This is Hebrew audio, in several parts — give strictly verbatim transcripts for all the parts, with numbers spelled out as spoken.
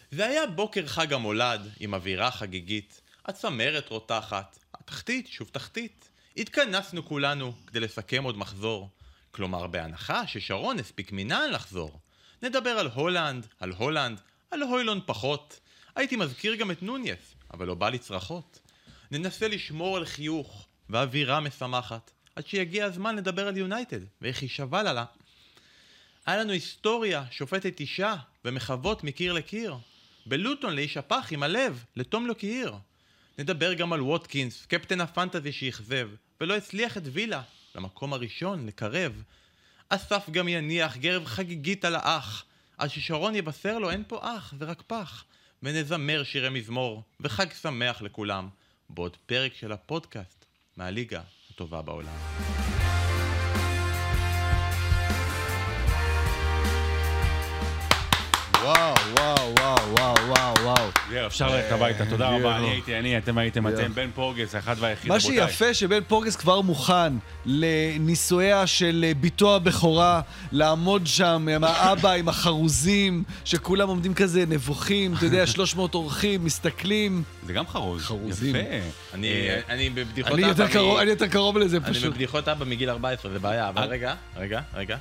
זה היה בוקר חג המולד עם אווירה חגיגית, הצמרת רותחת, התחתית שוב תחתית. התכנסנו כולנו כדי לסכם עוד מחזור, כלומר בהנחה ששרון הספיק מינן לחזור. נדבר על הולנד, על הולנד, על הוילון פחות. הייתי מזכיר גם את נוניס, אבל לא בא לי צרחות. ננסה לשמור על חיוך ואווירה משמחת, עד שיגיע הזמן לדבר על יונייטד ואיך היא שווה לה לה. היה לנו היסטוריה, שופטת אישה ומחוות מקיר לקיר. בלוטון לאיש הפח עם הלב, לתום לא קהיר. נדבר גם על ווטקינס, קפטן הפנטזי שיחזב, ולא הצליח את וילה למקום הראשון לקרב. אסף גם יניח גרב חגיגית על האח, עד ששרון יבשר לו אין פה אח ורק פח. ונזמר שירי מזמור, וחג שמח לכולם, בעוד פרק של הפודקאסט מהליגה הטובה בעולם. וואו, וואו, וואו, וואו, וואו, וואו. יאללה, אפשר ללכת הביתה, תודה רבה, אני הייתי, אני, אתם הייתם, אתם, בן פורגס, האחד והיחיד, מה שיפה שבן פורגס כבר מוכן לנישואיה של ביתו הבכורה, לעמוד שם עם האבא, עם החרוזים, שכולם עומדים כזה נבוכים, אתה יודע, שלוש מאות אורחים, מסתכלים. זה גם חרוז, חרוזים. יפה. אני בבדיחות אני יותר קרוב, אני יותר קרוב לזה פשוט. אני בבדיחות אבא מגיל ארבע עשרה, זה בעיה, אבל רגע, רגע, רגע.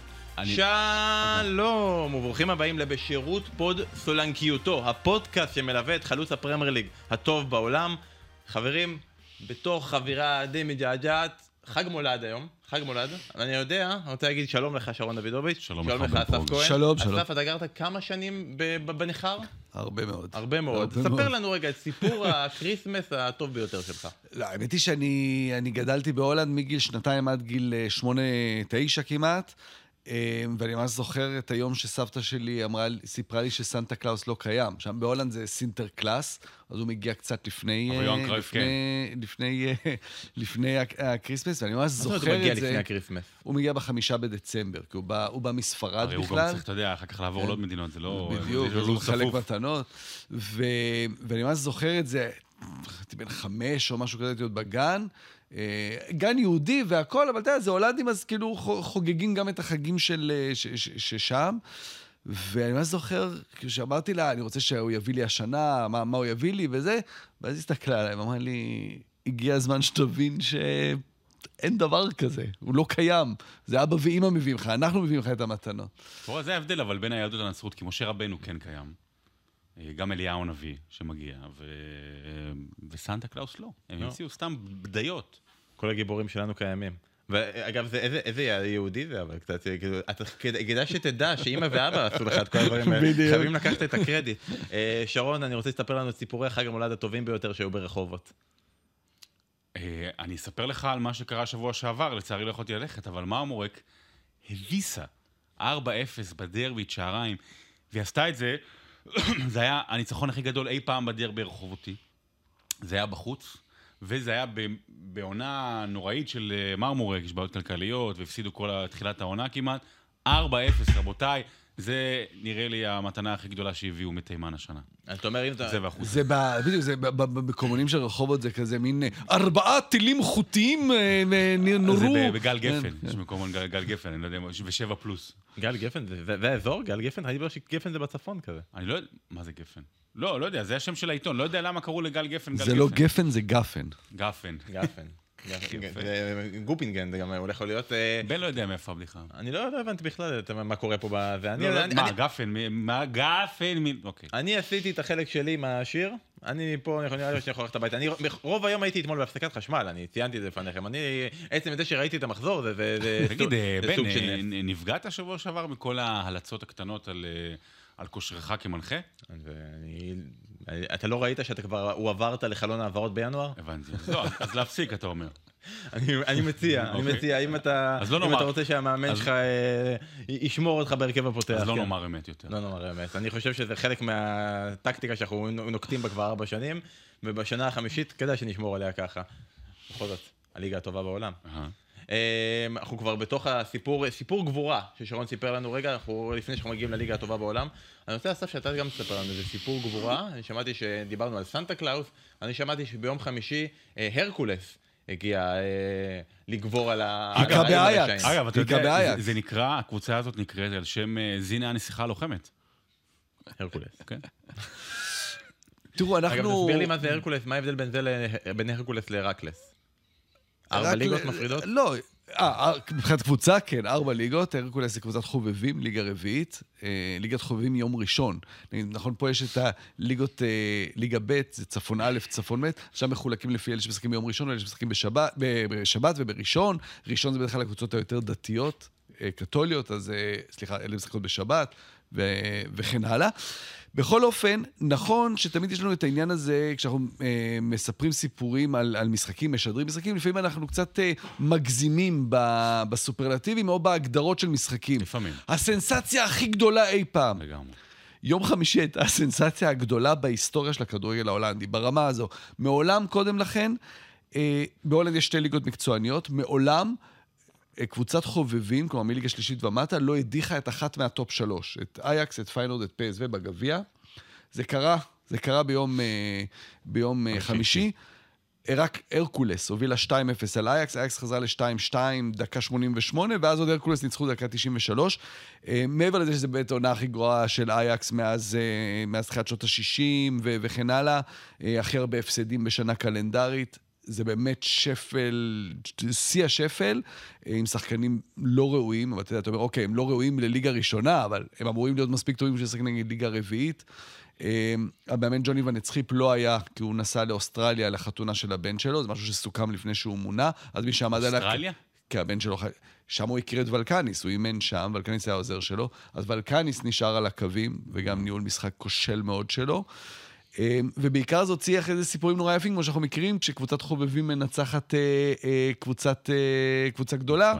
שלום, וברוכים הבאים לבשירות פוד סולנקיותו, הפודקאסט שמלווה את חלוץ הפרמייר ליג הטוב בעולם. חברים, בתוך חבירה די מג'עג'עת, חג מולד היום, חג מולד. אני יודע, אני רוצה להגיד שלום לך שרון דוידוביץ', שלום לך אסף כהן. שלום, שלום. אסף, אתה גרת כמה שנים בניחר? הרבה מאוד. הרבה מאוד. ספר לנו רגע את סיפור הקריסמס הטוב ביותר שלך. לא, האמת היא שאני אני גדלתי בהולנד מגיל שנתיים עד גיל שמונה תשע כמעט. ואני ממש זוכר את היום שסבתא שלי אמרה, סיפרה לי שסנטה קלאוס לא קיים. שם בהולנד זה סינטר קלאס, אז הוא מגיע קצת לפני, לפני, לפני, לפני הקריסמס, ואני ממש זוכר את זה. הוא מגיע לפני הקריסמס? הוא מגיע בחמישה בדצמבר, כי הוא בא, הוא בא מספרד בכלל. הרי הוא גם צריך, אתה יודע, אחר כך לעבור לעוד מדינות, זה לא... בדיוק, הוא מחלק מתנות. ואני ממש זוכר את זה, הייתי בן חמש או משהו כזה, הייתי עוד בגן, גן יהודי והכל, אבל אתה יודע, זה הולנדים, אז כאילו חוגגים גם את החגים של ששם, ואני ממש זוכר, כשאמרתי לה, אני רוצה שהוא יביא לי השנה, מה, מה הוא יביא לי וזה, ואז הסתכלה עליי, אמרה לי, הגיע הזמן שתבין שאין דבר כזה, הוא לא קיים, זה אבא ואמא מביאים לך, אנחנו מביאים לך את המתנות. זה ההבדל, אבל בין היהדות לנצרות, כי משה רבנו כן קיים. גם אליהו הנביא שמגיע, ו... וסנטה קלאוס לא. הם המציאו סתם בדיות. כל הגיבורים שלנו קיימים. ואגב, זה, איזה, איזה יהודי זה, אבל קצת, אתה, כדאי שתדע שאמא ואבא עשו לך את כל הדברים האלה. חייבים לקחת את הקרדיט. שרון, אני רוצה לספר לנו את סיפורי חג המולד הטובים ביותר שהיו ברחובות. אני אספר לך על מה שקרה שבוע שעבר, לצערי לא יכולתי ללכת, אבל מה המורק? הביסה ארבע אפס בדרבית שעריים, והיא עשתה את זה, זה היה הניצחון הכי גדול אי פעם בדרבי רחובותי. זה היה בחוץ, וזה היה בעונה נוראית של מרמורק, יש בעיות כלכליות, והפסידו כל תחילת העונה כמעט. ארבע אפס, רבותיי, זה נראה לי המתנה הכי גדולה שהביאו מתימן השנה. אתה אומר, אם אתה... זה והחוץ. זה בדיוק, זה בקומונים של רחובות, זה כזה מין ארבעה טילים חוטיים נורו. זה בגל גפן, יש מקומון גל גפן, אני לא יודע, ושבע פלוס. גל גפן, זה האזור? גל גפן? הייתי אומר שגפן זה בצפון כזה. אני לא יודע, מה זה גפן? לא, לא יודע, זה השם של העיתון, לא יודע למה קראו לגל גפן, גל זה לא גפן, זה גפן. גפן. גפן. גופינגן, זה גם הולך להיות... בן לא יודע מאיפה הבדיחה. אני לא הבנתי בכלל מה קורה פה בזה. מה, גפן? מה, גפן? אוקיי. אני עשיתי את החלק שלי מהשיר, אני פה, אני נראה לי שאני יכול ללכת הביתה. אני רוב היום הייתי אתמול בהפסקת חשמל, אני ציינתי את זה לפניכם. אני, עצם את זה שראיתי את המחזור, זה... תגיד, בן, נפגעת השבוע שעבר מכל ההלצות הקטנות על כושרך כמנחה? אתה לא ראית שאתה כבר, הוא עברת לחלון העברות בינואר? הבנתי. לא, אז להפסיק, אתה אומר. אני מציע, אני מציע, אם אתה רוצה שהמאמן שלך ישמור אותך בהרכב הפותח. אז לא נאמר אמת יותר. לא נאמר אמת. אני חושב שזה חלק מהטקטיקה שאנחנו נוקטים בה כבר ארבע שנים, ובשנה החמישית כדאי שנשמור עליה ככה. בכל זאת, הליגה הטובה בעולם. אנחנו כבר בתוך הסיפור, סיפור גבורה ששרון סיפר לנו רגע, אנחנו לפני שאנחנו מגיעים לליגה הטובה בעולם. אני רוצה לסף שאתה גם תספר לנו, זה סיפור גבורה. אני שמעתי שדיברנו על סנטה קלאוס, אני שמעתי שביום חמישי הרקולס הגיע לגבור על ה... היכה באייקס. אגב, אתה יודע, זה נקרא, הקבוצה הזאת נקראת על שם זינה הנסיכה הלוחמת. הרקולס. כן. תראו, אנחנו... אגב, תסביר לי מה זה הרקולס, מה ההבדל בין זה, ל- בין הרקולס להרקלס? ארבע רק ליגות ל- מפרידות? לא, אה, מבחינת קבוצה, כן, ארבע ליגות, הרקולס זה קבוצת חובבים, ליגה רביעית, אה, ליגת חובבים יום ראשון. נכון, פה יש את הליגות, אה, ליגה ב', זה צפון א', צפון ב', עכשיו מחולקים לפי אלה שמשחקים ביום ראשון, ואלה שמשחקים בשבת, בשבת ובראשון. ראשון זה בדרך כלל הקבוצות היותר דתיות, אה, קתוליות, אז אה, סליחה, אלה משחקות בשבת, ו- וכן הלאה. בכל אופן, נכון שתמיד יש לנו את העניין הזה, כשאנחנו אה, מספרים סיפורים על, על משחקים, משדרים משחקים, לפעמים אנחנו קצת אה, מגזימים ב, בסופרלטיבים או בהגדרות של משחקים. לפעמים. הסנסציה הכי גדולה אי פעם. לגמרי. יום חמישי הייתה הסנסציה הגדולה בהיסטוריה של הכדורגל ההולנדי, ברמה הזו. מעולם קודם לכן, אה, בהולנד יש שתי ליגות מקצועניות, מעולם קבוצת חובבים, כלומר מליגה שלישית ומטה, לא הדיחה את אחת מהטופ שלוש. את אייקס, את פיינורד, את פי אס וי בגביע. זה קרה, זה קרה ביום, ביום חמישי. רק הרקולס הובילה שתיים אפס על אייקס, אייקס חזרה ל-שתיים שתיים, דקה שמונים ושמונה, ואז עוד הרקולס ניצחו דקה תשעים ושלוש. מעבר לזה שזה באמת העונה הכי גרועה של אייקס מאז, מאז תחילת שנות ה-שישים ו- וכן הלאה, הכי הרבה הפסדים בשנה קלנדרית. זה באמת שפל, שיא השפל, עם שחקנים לא ראויים, אבל אתה יודע, אתה אומר, אוקיי, הם לא ראויים לליגה ראשונה, אבל הם אמורים להיות מספיק טובים לשחק נגד ליגה רביעית. המאמן ג'וני ונצחיפ לא היה, כי הוא נסע לאוסטרליה לחתונה של הבן שלו, זה משהו שסוכם לפני שהוא מונה, אז מי שעמד עליו... אוסטרליה? כי הבן שלו, שם הוא הכיר את ולקניס, הוא אימן שם, ולקניס היה העוזר שלו, אז ולקניס נשאר על הקווים, וגם ניהול משחק כושל מאוד שלו. ובעיקר זאת הוציא אחרי זה סיפורים נורא יפים, כמו שאנחנו מכירים, כשקבוצת חובבים מנצחת אה, אה, קבוצת, אה, קבוצה גדולה.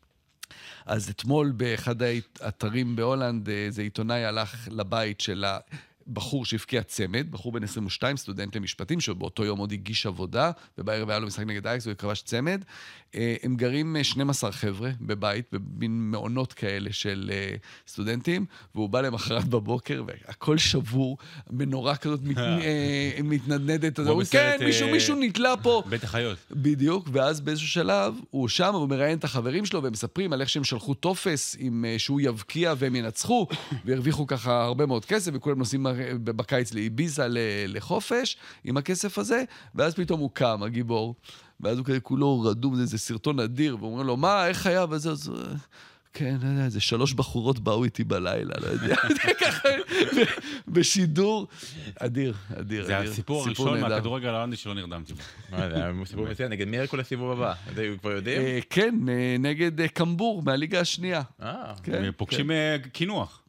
אז אתמול באחד האתרים בהולנד, איזה עיתונאי הלך לבית של הבחור שהפקיע צמד, בחור בן עשרים ושתיים, סטודנט למשפטים, שבאותו יום עוד הגיש עבודה, ובערב היה לו משחק נגד אייקס, הוא כבש צמד. הם גרים שנים עשר חבר'ה בבית, במין מעונות כאלה של סטודנטים, והוא בא למחרת בבוקר, והכל שבור, מנורה כזאת מתנדנדת. כן, מישהו נתלה פה. בית החיות. בדיוק, ואז באיזשהו שלב, הוא שם, הוא מראיין את החברים שלו, והם מספרים על איך שהם שלחו טופס, שהוא יבקיע והם ינצחו, והרוויחו ככה הרבה מאוד כסף, וכולם נוסעים בקיץ לאיביזה לחופש, עם הכסף הזה, ואז פתאום הוא קם, הגיבור, ואז הוא כזה כולו רדום, זה, זה סרטון אדיר, ואומרים לו, מה, איך היה? וזה, זה, כן, לא יודע, זה שלוש בחורות באו איתי בלילה, לא יודע, ככה, בשידור, אדיר, אדיר, זה אדיר. הסיפור הראשון מהכדורגל ההולנדי שלא נרדמתי בו. מה זה, סיפור מצוין, נגד מי הרקולס סיבוב הבא? כבר יודעים? כן, נגד קמבור, מהליגה השנייה. אה, פוגשים קינוח.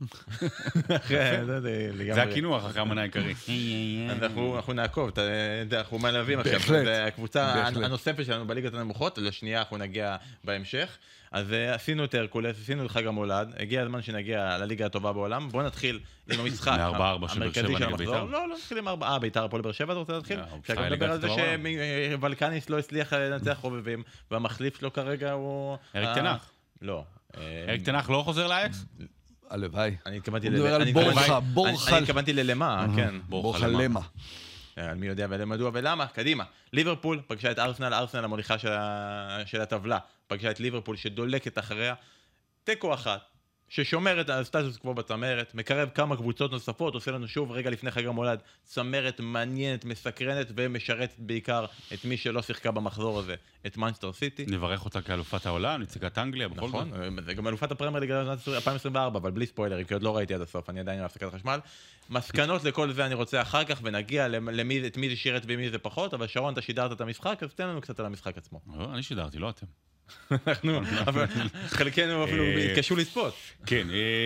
זה הקינוח, אחרי המנה העיקרי. אנחנו נעקוב, אנחנו מלווים עכשיו. זה הקבוצה הנוספת שלנו בליגת הנמוכות, לשנייה אנחנו נגיע בהמשך. אז עשינו את הרקולס, עשינו את חג המולד, הגיע הזמן שנגיע לליגה הטובה בעולם. בואו נתחיל עם המשחק מארבע ארבע של באר שבע נגד בית"ר. לא, לא נתחיל עם ארבע, אה, בית"ר הפועל באר שבע, אתה רוצה להתחיל? אפשר גם לדבר על זה שוולקניס לא הצליח לנצח חובבים, והמחליף שלו כרגע הוא... אריק תנח. לא. אריק תנח לא חוזר לאקס? הלוואי. אני התכוונתי הוא מדבר על בורחה, בורחה. אני התכוונתי ללמה, כן. בורחה למה. מי יודע מדוע ולמה, קדימה. ליברפול פגשה את ארסנל, ארסנל המוליכה של הטבלה, פגשה את ליברפול שדולקת אחריה, תיקו אחת, ששומרת על סטטוס קוו בצמרת, מקרב כמה קבוצות נוספות, עושה לנו שוב רגע לפני חג המולד, צמרת מעניינת, מסקרנת, ומשרתת בעיקר את מי שלא שיחקה במחזור הזה, את מנצ'סטר סיטי. נברך אותה כאלופת העולם, נציגת אנגליה, בכל זאת. נכון, זה גם אלופת הפרמייר ליג אלפיים עשרים וארבע, אבל בלי ספוילר, כי עוד לא ראיתי עד הסוף, אני עדיין עם הפסקת החשמל. מסקנות לכל זה אני רוצה אחר כך, ונגיע למי, את מי זה שירת ומי זה פחות, אבל שרון, אתה שידרת את המשחק, אז תן לנו קצת על המשחק עצמו. אני שידרתי, לא אתם. אנחנו, אבל חלקנו אפילו התקשו לצפות. כן,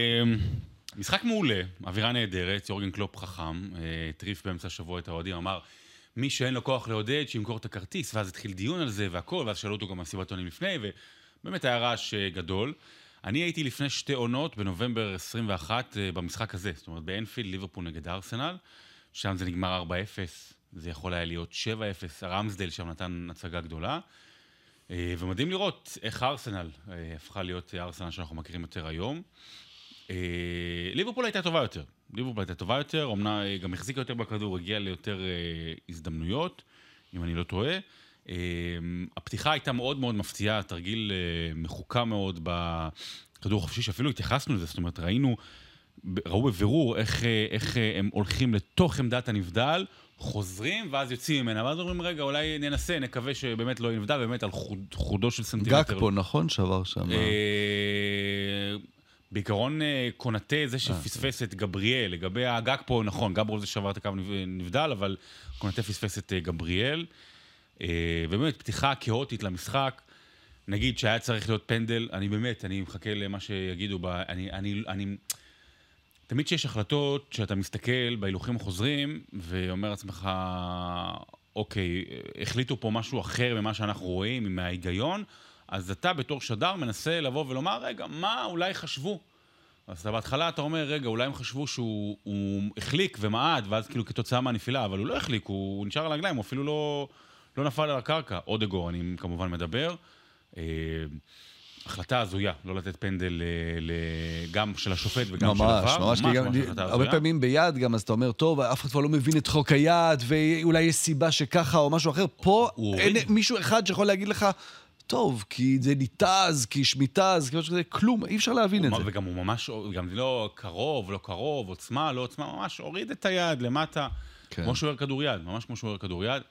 משחק מעולה, אווירה נהדרת, יורגן קלופ חכם, טריף באמצע השבוע את האוהדים, אמר, מי שאין לו כוח לעודד, שימכור את הכרטיס, ואז התחיל דיון על זה והכל, ואז שאלו אותו גם מסיבת עונים לפני, ובאמת היה רעש גדול. אני הייתי לפני שתי עונות, בנובמבר עשרים ואחת, במשחק הזה, זאת אומרת, באנפילד, ליברפול נגד ארסנל, שם זה נגמר ארבע אפס, זה יכול היה להיות שבע אפס, הרמסדייל שם נתן הצגה גדולה, ומדהים לראות איך ארסנל הפכה להיות ארסנל שאנחנו מכירים יותר היום. ליברפול הייתה טובה יותר, ליברפול הייתה טובה יותר, אומנה גם החזיקה יותר בכדור, הגיעה ליותר הזדמנויות, אם אני לא טועה. הפתיחה הייתה מאוד מאוד מפתיעה, תרגיל מחוקה מאוד בכדור חופשי, שאפילו התייחסנו לזה, זאת אומרת, ראינו ראו בבירור איך, איך הם הולכים לתוך עמדת הנבדל, חוזרים, ואז יוצאים ממנה, ואז אומרים, רגע, אולי ננסה, נקווה שבאמת לא נבדל, באמת על חוד, חודו של סנטימטר. גג פה, נכון? שבר שם. בעיקרון קונטה זה שפספס את גבריאל, לגבי הגג פה, נכון, גברו זה שבר את הקו נבדל, אבל קונטה פספס את גבריאל, ובאמת פתיחה כאוטית למשחק, נגיד שהיה צריך להיות פנדל, אני באמת, אני מחכה למה שיגידו, אני, אני, אני, תמיד שיש החלטות שאתה מסתכל בהילוכים החוזרים, ואומר לעצמך, אוקיי, החליטו פה משהו אחר ממה שאנחנו רואים, מההיגיון, אז אתה בתור שדר מנסה לבוא ולומר, רגע, מה אולי חשבו? אז אתה בהתחלה אתה אומר, רגע, אולי הם חשבו שהוא הוא החליק ומעד, ואז כאילו כתוצאה מהנפילה, אבל הוא לא החליק, הוא נשאר על הרגליים, הוא אפילו לא, לא נפל על הקרקע. אודגור, אני כמובן מדבר. אה, החלטה הזויה, לא לתת פנדל גם של השופט וגם של עבר. ממש, ממש, ממש הרבה פעמים ביד גם, אז אתה אומר, טוב, אף אחד כבר לא מבין את חוק היד, ואולי יש סיבה שככה או משהו אחר. פה אין מישהו אחד שיכול להגיד לך, טוב, כי זה ניתז, כי שמיתז, כי משהו כזה, כלום, אי אפשר להבין את זה. וגם הוא ממש, גם זה לא קרוב, לא קרוב, עוצמה, לא עוצמה, ממש הוריד את היד למטה, כמו שוער כדוריד, ממש כמו שוער כדוריד.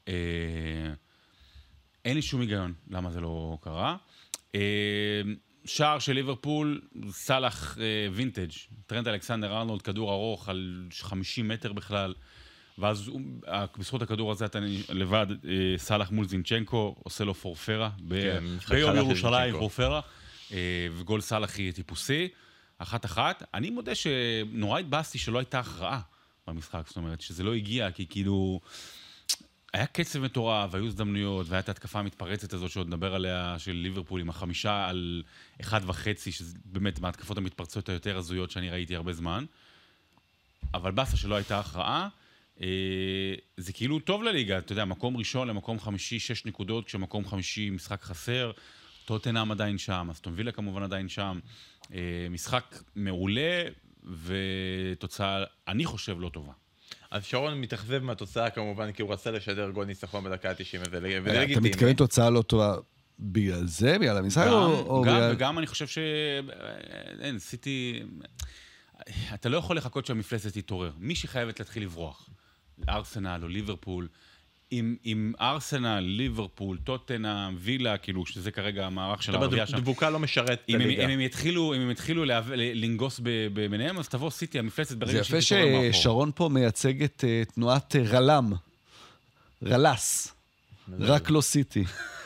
אין לי שום היגיון למה זה לא קרה. שער של ליברפול, סלח וינטג', טרנט אלכסנדר ארנולד, כדור ארוך על חמישים מטר בכלל, ואז בזכות הכדור הזה אתה לבד, סלח מול זינצ'נקו, עושה לו פורפרה, ביום ירושלים פורפרה, וגול סלחי טיפוסי, אחת אחת. אני מודה שנורא התבאסתי שלא הייתה הכרעה במשחק, זאת אומרת, שזה לא הגיע, כי כאילו, היה קצב מטורף, והיו הזדמנויות, והייתה התקפה המתפרצת הזאת שעוד נדבר עליה, של ליברפול עם החמישה על אחד וחצי, שזה באמת מהתקפות המתפרצות היותר הזויות שאני ראיתי הרבה זמן, אבל באסה שלא הייתה הכרעה, זה כאילו טוב לליגה, אתה יודע, מקום ראשון למקום חמישי, שש נקודות, כשמקום חמישי משחק חסר, טוטנהאם עדיין שם, אסטון וילה כמובן עדיין שם, משחק מעולה, ותוצאה, אני חושב, לא טובה. אז שרון מתאכזב מהתוצאה כמובן, כי הוא רצה לשדר גול ניצחון בדקה ה-תשעים, וזה לגיטימי. אתה מתכוון תוצאה לא טובה בגלל זה, בגלל המשחק? גם, וגם אני חושב ש... אין, סיטי... אתה לא יכול לחכות שהמפלצת תתעורר. מי שחייבת להתחיל לברוח, ארסנל או ליברפול, עם, עם ארסנל, ליברפול, טוטנהאם, וילה, כאילו, שזה כרגע המערך של הרביעה שם. דבוקה לא משרת את הליגה. אם הם יתחילו, אם הם יתחילו לנגוס ביניהם, אז תבוא סיטי, המפלצת ברגע שהיא תתעורר מאחור. זה יפה ששרון פה מייצג את תנועת רלם, רלס, רק לא סיטי.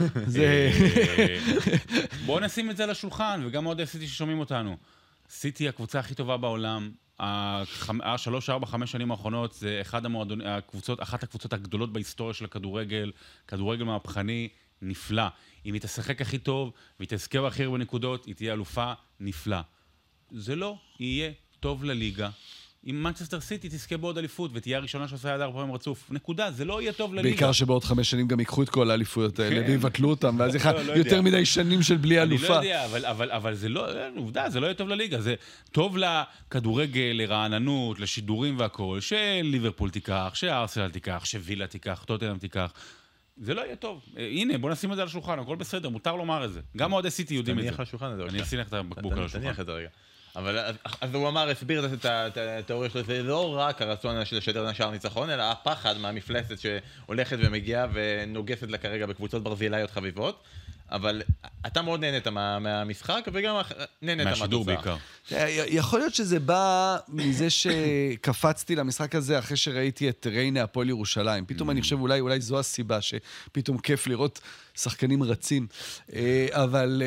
בואו נשים את זה לשולחן, וגם עוד סיטי ששומעים אותנו. סיטי הקבוצה הכי טובה בעולם, השלוש, ארבע, חמש שנים האחרונות, זה אחד המועדונים, הקבוצות, אחת הקבוצות הגדולות בהיסטוריה של הכדורגל, כדורגל מהפכני, נפלא. אם היא תשחק הכי טוב, והיא תזכה הכי הרבה נקודות, היא תהיה אלופה, נפלא. זה לא יהיה טוב לליגה. אם מנצ'סטר סיטי תזכה בעוד אליפות, ותהיה הראשונה שעושה יד ארבע פעמים רצוף, נקודה, זה לא יהיה טוב לליגה. בעיקר שבעוד חמש שנים גם ייקחו את כל האליפויות האלה, ויבטלו אותם, ואז יחד יותר מדי שנים של בלי אלופה. אני לא יודע, אבל זה לא, עובדה, זה לא יהיה טוב לליגה, זה טוב לכדורגל, לרעננות, לשידורים והכל, שליברפול תיקח, שארסנל תיקח, שווילה תיקח, טוטנהאם תיקח. זה לא יהיה טוב. הנה, בוא נשים את זה על השולחן, הכל בסדר, מותר לומר את זה. גם אוהדי סיטי יודעים את זה. תניח לשולחן הזה. אני אשים לך את הבקבוק על השולחן. תניח את זה רגע. אבל אז הוא אמר, הסביר את התיאוריה שלו, זה לא רק הרצון לשדר לשער ניצחון, אלא הפחד מהמפלצת שהולכת ומגיעה ונוגסת לה כרגע בקבוצות ברזילאיות חביבות, אבל אתה מאוד נהנית מהמשחק וגם נהנית מהשידור בעיקר. יכול להיות שזה בא מזה שקפצתי למשחק הזה אחרי שראיתי את ריינה הפועל ירושלים. פתאום אני חושב אולי, אולי זו הסיבה שפתאום כיף לראות שחקנים רצים, אבל...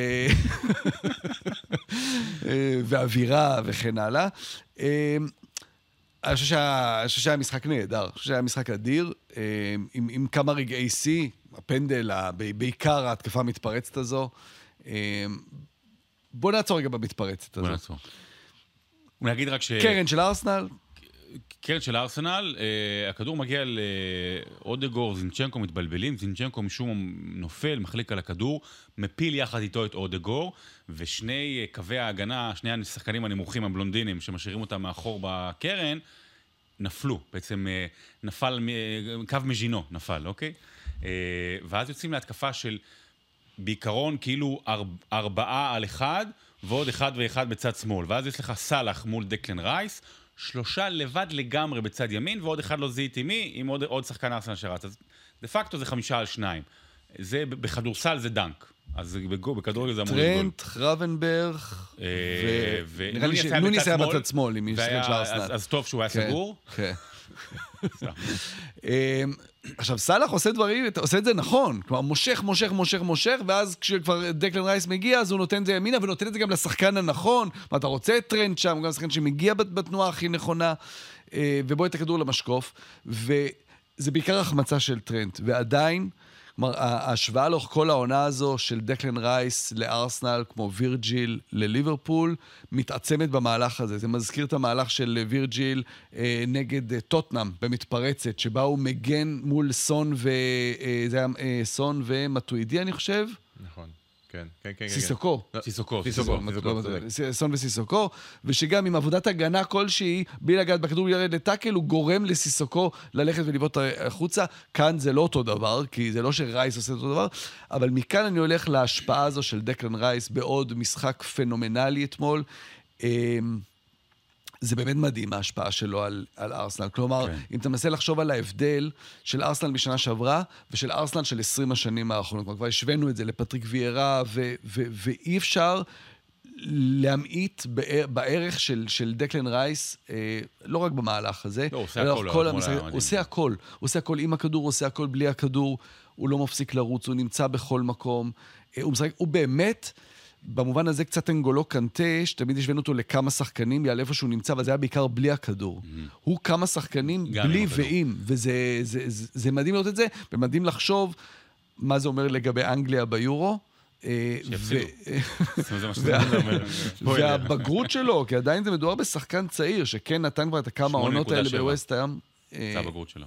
ואווירה וכן הלאה. אני חושב שהיה משחק נהדר, אני חושב שהיה משחק אדיר, עם, עם כמה רגעי שיא, הפנדל, בעיקר ההתקפה המתפרצת הזו. בוא נעצור רגע במתפרצת הזו. בוא נעצור. ונגיד רק ש... קרן של ארסנל. קרן של ארסנל, הכדור מגיע לאודגור, זינצ'נקו מתבלבלים, זינצ'נקו משום נופל, מחליק על הכדור, מפיל יחד איתו את אודגור, ושני קווי ההגנה, שני השחקנים הנמוכים הבלונדינים שמשאירים אותם מאחור בקרן, נפלו, בעצם נפל, קו מז'ינו נפל, אוקיי? ואז יוצאים להתקפה של בעיקרון כאילו ארבעה על אחד, ועוד אחד ואחד בצד שמאל, ואז יש לך סלאח מול דקלן רייס, שלושה לבד לגמרי בצד ימין, ועוד אחד לא זיהיתי מי, עם עוד, עוד שחקן ארסנל שרץ. אז דה פקטו זה חמישה על שניים. זה, בכדורסל זה דנק. אז בכדורגל זה אמור לגול. טרנט, חרבנברג, ונראה לי שנוניס היה בצד שמאל, אם יש שחקן של ארסנל. אז טוב שהוא היה סגור. כן. עכשיו, סלאח עושה דברים, עושה את זה נכון, כלומר, מושך, מושך, מושך, מושך, ואז כשכבר דקלן רייס מגיע, אז הוא נותן את זה ימינה, ונותן את זה גם לשחקן הנכון, מה אתה רוצה את טרנד שם, גם שחקן שמגיע בתנועה הכי נכונה, ובוא את הכדור למשקוף, וזה בעיקר החמצה של טרנד, ועדיין, כלומר, ההשוואה לאורך כל העונה הזו של דקלן רייס לארסנל, כמו וירג'יל לליברפול, מתעצמת במהלך הזה. זה מזכיר את המהלך של וירג'יל אה, נגד אה, טוטנאם במתפרצת, שבה הוא מגן מול סון ו... אה, זה היה אה, סון ומטואידי, אני חושב. נכון. כן, כן, כן. סיסוקו. סיסוקו. סיסוקו. סון וסיסוקו, ושגם עם עבודת הגנה כלשהי, בלי לגעת בכדור ירד לטאקל, הוא גורם לסיסוקו ללכת ולבעוט החוצה. כאן זה לא אותו דבר, כי זה לא שרייס עושה אותו דבר, אבל מכאן אני הולך להשפעה הזו של דקלן רייס בעוד משחק פנומנלי אתמול. זה באמת מדהים, ההשפעה שלו על, על ארסנל. כלומר, כן. אם אתה מנסה לחשוב על ההבדל של ארסנל משנה שעברה, ושל ארסנל של עשרים השנים האחרונות, כבר השווינו את זה לפטריק ויירה, ו- ו- ואי אפשר להמעיט בערך של, של דקלן רייס, אה, לא רק במהלך הזה, לא, הוא עושה הכל, כל המשחק, הוא עושה הכל. הוא עושה הכל עם הכדור, הוא עושה הכל בלי הכדור, הוא לא מפסיק לרוץ, הוא נמצא בכל מקום, אה, הוא משחק, הוא באמת... במובן הזה קצת אנגולו קנטה, שתמיד השווינו אותו לכמה שחקנים, יעל איפה שהוא נמצא, אבל זה היה בעיקר בלי הכדור. Mm-hmm. הוא כמה שחקנים בלי ועם, וזה זה, זה, זה מדהים לראות את זה, ומדהים לחשוב מה זה אומר לגבי אנגליה ביורו. שיפסידו. והבגרות שלו, כי עדיין זה מדובר בשחקן צעיר, שכן נתן כבר את הכמה העונות האלה בווסט הים. זה הבגרות שלו.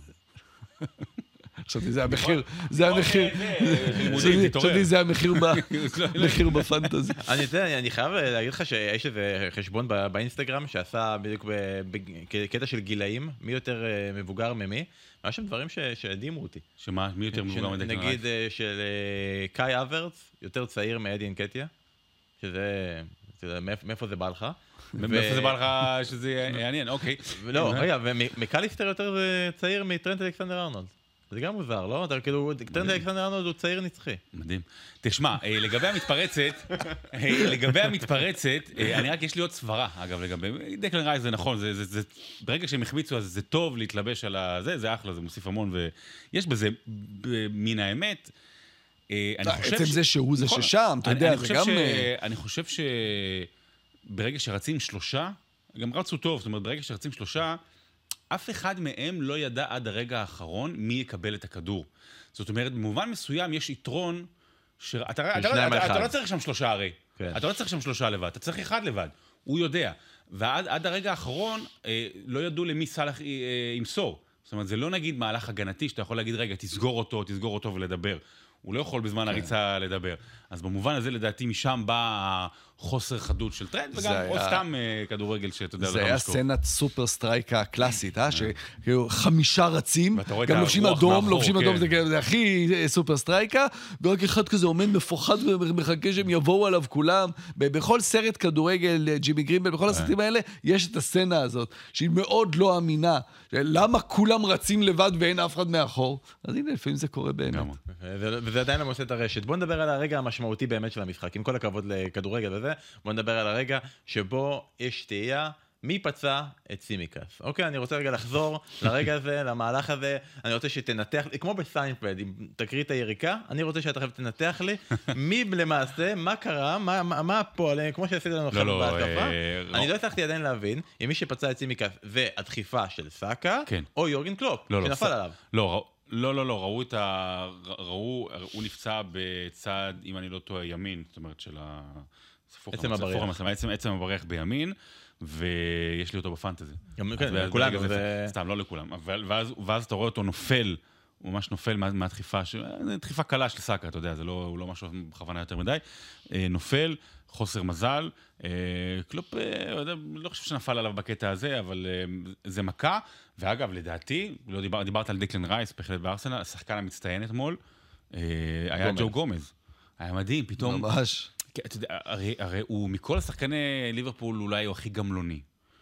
חשבתי, זה המחיר, זה המחיר, חשבתי, זה המחיר בפנטזי. אני יודע, אני חייב להגיד לך שיש איזה חשבון באינסטגרם שעשה בדיוק בקטע של גילאים, מי יותר מבוגר ממי, היה שם דברים שהדהימו אותי. שמה? מי יותר מבוגר מדקלן רייס? נגיד של קאי אברץ, יותר צעיר מאדי אנקטיה, שזה, מאיפה זה בא לך? מאיפה זה בא לך שזה יעניין, אוקיי. לא, רגע, ומקליסטר יותר צעיר מטרנט אלכסנדר ארנולד. זה גם מוזר, לא? אתה כאילו, טרנט אלכסנדר ארנולד הוא צעיר נצחי. מדהים. תשמע, לגבי המתפרצת, לגבי המתפרצת, אני רק, יש לי עוד סברה, אגב, לגבי, דקלן רייס זה נכון, ברגע שהם החמיצו, אז זה טוב להתלבש על זה, זה אחלה, זה מוסיף המון, ויש בזה, מן האמת, עצם זה שהוא זה ששם, אתה יודע, זה גם... אני חושב שברגע שרצים שלושה, גם רצו טוב, זאת אומרת, ברגע שרצים שלושה, אף אחד מהם לא ידע עד הרגע האחרון מי יקבל את הכדור. זאת אומרת, במובן מסוים יש יתרון, אתה לא צריך שם שלושה הרי. אתה לא צריך שם שלושה לבד, אתה צריך אחד לבד. הוא יודע. ועד הרגע האחרון לא ידעו למי סלאח ימסור. זאת אומרת, זה לא נגיד מהלך הגנתי, שאתה יכול להגיד, רגע, תסגור אותו, תסגור אותו ולדבר. הוא לא יכול בזמן הריצה לדבר. אז במובן הזה, לדעתי, משם בא חוסר חדות של טרנד, וגם או סתם כדורגל שאתה יודע... זה היה סצנת סופר סטרייקה קלאסית, אה? שכאילו חמישה רצים, גם לובשים אדום, לובשים אדום, זה הכי סופר סטרייקה, ורק אחד כזה עומד מפוחד ומחכה שהם יבואו עליו כולם. בכל סרט כדורגל, ג'ימי גרימבל, בכל הסרטים האלה, יש את הסצנה הזאת, שהיא מאוד לא אמינה. למה כולם רצים לבד ואין אף אחד מאחור? אז הנה, לפעמים זה קורה באמת. וזה עדיין לא מוצא את הרשת. בוא נדבר על הרגע המשמעותי באמת של המשחק. עם כל הכבוד לכדורגל וזה, בוא נדבר על הרגע שבו יש תהייה, מי פצע את סימיקס. אוקיי, אני רוצה רגע לחזור לרגע הזה, למהלך הזה, אני רוצה שתנתח, כמו בסיינפלד, אם תקריא את היריקה, אני רוצה שאתה חייב תנתח לי, מי למעשה, מה קרה, מה, מה הפועל, כמו שעשית לנו עכשיו בהתקפה, אני לא הצלחתי עדיין להבין, אם מי שפצע את סימיקס זה הדחיפה של סאקה, או יורגן קלופ, שנפל עליו. לא, לא, לא, לא, ראו את ה... ראו, הוא נפצע בצד, אם אני לא טועה, ימין, זאת אומרת, של ה... עצם הבריח. עצם, עצם הבריח בימין, ויש לי אותו בפנטזי. כן, לכולם. סתם, לא לכולם. ואז אתה רואה אותו נופל, הוא ממש נופל מהדחיפה, דחיפה קלה של סאקה, אתה יודע, זה לא משהו בכוונה יותר מדי. נופל, חוסר מזל, קלופ, לא חושב שנפל עליו בקטע הזה, אבל זה מכה, ואגב, לדעתי, דיברת על דקלן רייס, בהחלט בארסנל, השחקן המצטיין אתמול, היה ג'ו גומז. היה מדהים, פתאום... ממש. אתה יודע, הרי, הרי הוא מכל השחקני ליברפול אולי הוא הכי גמלוני.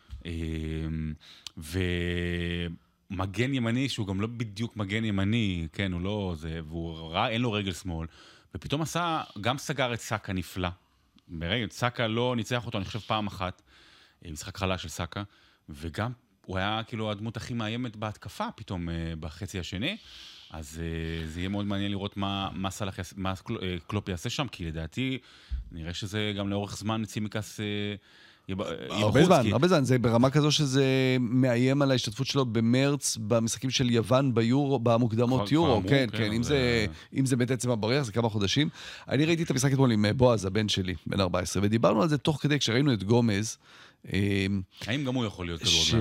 ומגן ימני, שהוא גם לא בדיוק מגן ימני, כן, הוא לא זה, והוא ראה, אין לו רגל שמאל, ופתאום עשה, גם סגר את סאקה נפלא. ברגע, סאקה לא ניצח אותו, אני חושב פעם אחת, משחק חלש של סאקה, וגם הוא היה כאילו הדמות הכי מאיימת בהתקפה פתאום בחצי השני, אז זה יהיה מאוד מעניין לראות מה, מה, סלח, מה קלופ יעשה שם, כי לדעתי נראה שזה גם לאורך זמן צימקס הרבה זמן, הרבה זמן, זה ברמה כזו שזה מאיים על ההשתתפות שלו במרץ במשחקים של יוון ביורו, במוקדמות יורו, כן, כן, אם זה אם זה בעצם הבריח, זה כמה חודשים. אני ראיתי את המשחק אתמול עם בועז, הבן שלי, בן ארבע עשרה, ודיברנו על זה תוך כדי, כשראינו את גומז. האם גם הוא יכול להיות כדורגלן?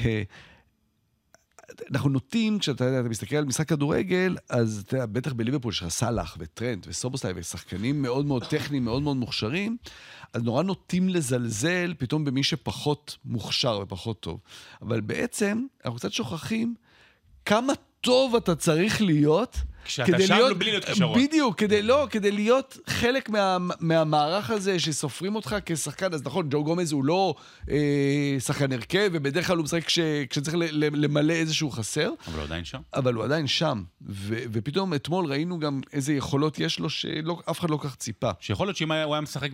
אנחנו נוטים, כשאתה יודע, אתה מסתכל על משחק כדורגל, אז אתה יודע, בטח בליברפול יש לך סלאח וטרנט וסובוסליי ושחקנים מאוד מאוד טכניים, מאוד מאוד מוכשרים, אז נורא נוטים לזלזל פתאום במי שפחות מוכשר ופחות טוב. אבל בעצם, אנחנו קצת שוכחים כמה טוב אתה צריך להיות, כשאתה שם לו בלי להיות כישרון. בדיוק, כדי לא, כדי להיות חלק מה, מהמערך הזה שסופרים אותך כשחקן, אז נכון, ג'ו גומז הוא לא אה, שחקן הרכב, ובדרך כלל הוא משחק כש, כשצריך למלא איזשהו חסר. אבל הוא עדיין שם. אבל הוא עדיין שם, ו, ופתאום אתמול ראינו גם איזה יכולות יש לו שאף אחד לא כך ציפה. שיכול להיות שאם הוא היה משחק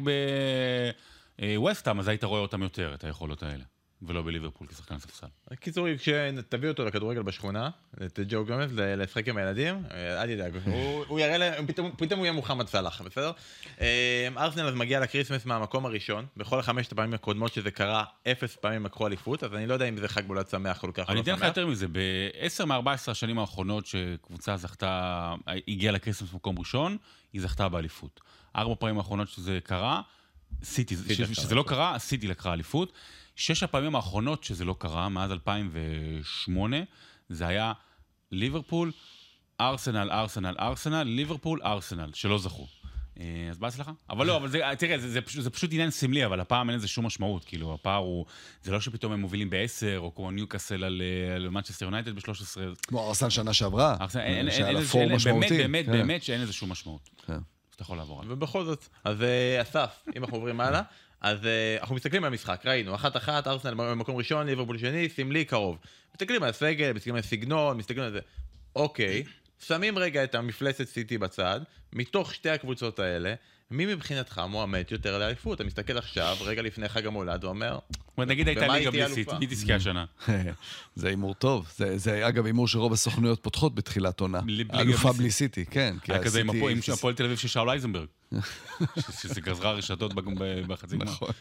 בווסטהאם, אז היית רואה אותם יותר, את היכולות האלה. ולא בליברפול כשחקן ספסל. קיצור, כשתביא אותו לכדורגל בשכונה, את ג'ו גומז, לשחק עם הילדים, אל תדאג, הוא יראה להם, פתאום הוא יהיה מוחמד סלאח, בסדר? ארסנל אז מגיע לקריסמס מהמקום הראשון, בכל חמשת הפעמים הקודמות שזה קרה, אפס פעמים לקחו אליפות, אז אני לא יודע אם זה חג מולד שמח או לא ככה לא שמח. אני אתן לך יותר מזה, ב-עשר מארבע עשרה השנים האחרונות שקבוצה זכתה, הגיעה לקריסמס במקום ראשון, היא זכתה באליפות. ארבע פעמים האחרונות שזה קרה, סיטי, שזה לא קרה, סיטי לקחה אליפות. שש הפעמים האחרונות שזה לא קרה, מאז אלפיים ושמונה, זה היה ליברפול, ארסנל, ארסנל, ארסנל, ליברפול, ארסנל, שלא זכו. אז בא אצלך? אבל לא, אבל זה, תראה, זה, זה, פשוט, זה פשוט עניין סמלי, אבל הפעם אין לזה שום משמעות, כאילו, הפער הוא, זה לא שפתאום הם מובילים בעשר, או כמו ניוקאסל על, על מנצ'סטר יונייטד ב-שלוש עשרה. כמו ארסנל שנה שעברה. ארסנל, אין, אין, אין, אין, באמת, באמת, באמת שאין לזה שום משמעות. כן. אז אתה יכול לעבור. ובכל זאת, אז אסף, אם אנחנו עוברים הלאה, אז uh, אנחנו מסתכלים על המשחק, ראינו, אחת אחת, ארסנל במקום ראשון, ליברפול שני, סמלי, קרוב. מסתכלים על הסגל, מסתכלים על סגנון, מסתכלים על זה. אוקיי, שמים רגע את המפלצת סיטי בצד, מתוך שתי הקבוצות האלה, מי מבחינתך מועמד יותר לאליפות? אתה מסתכל עכשיו, רגע לפני חג המולד, ואומר... נגיד הייתה ליגה בלי סיטי, מי תזכה השנה? זה אימור טוב. זה אגב אימור שרוב הסוכנויות פותחות בתחילת עונה. אלופה בלי סיטי, כן. היה כזה עם הפועל תל אביב של שאול אייזנברג. שזה גזרה רשתות בחצי גמר. נכון.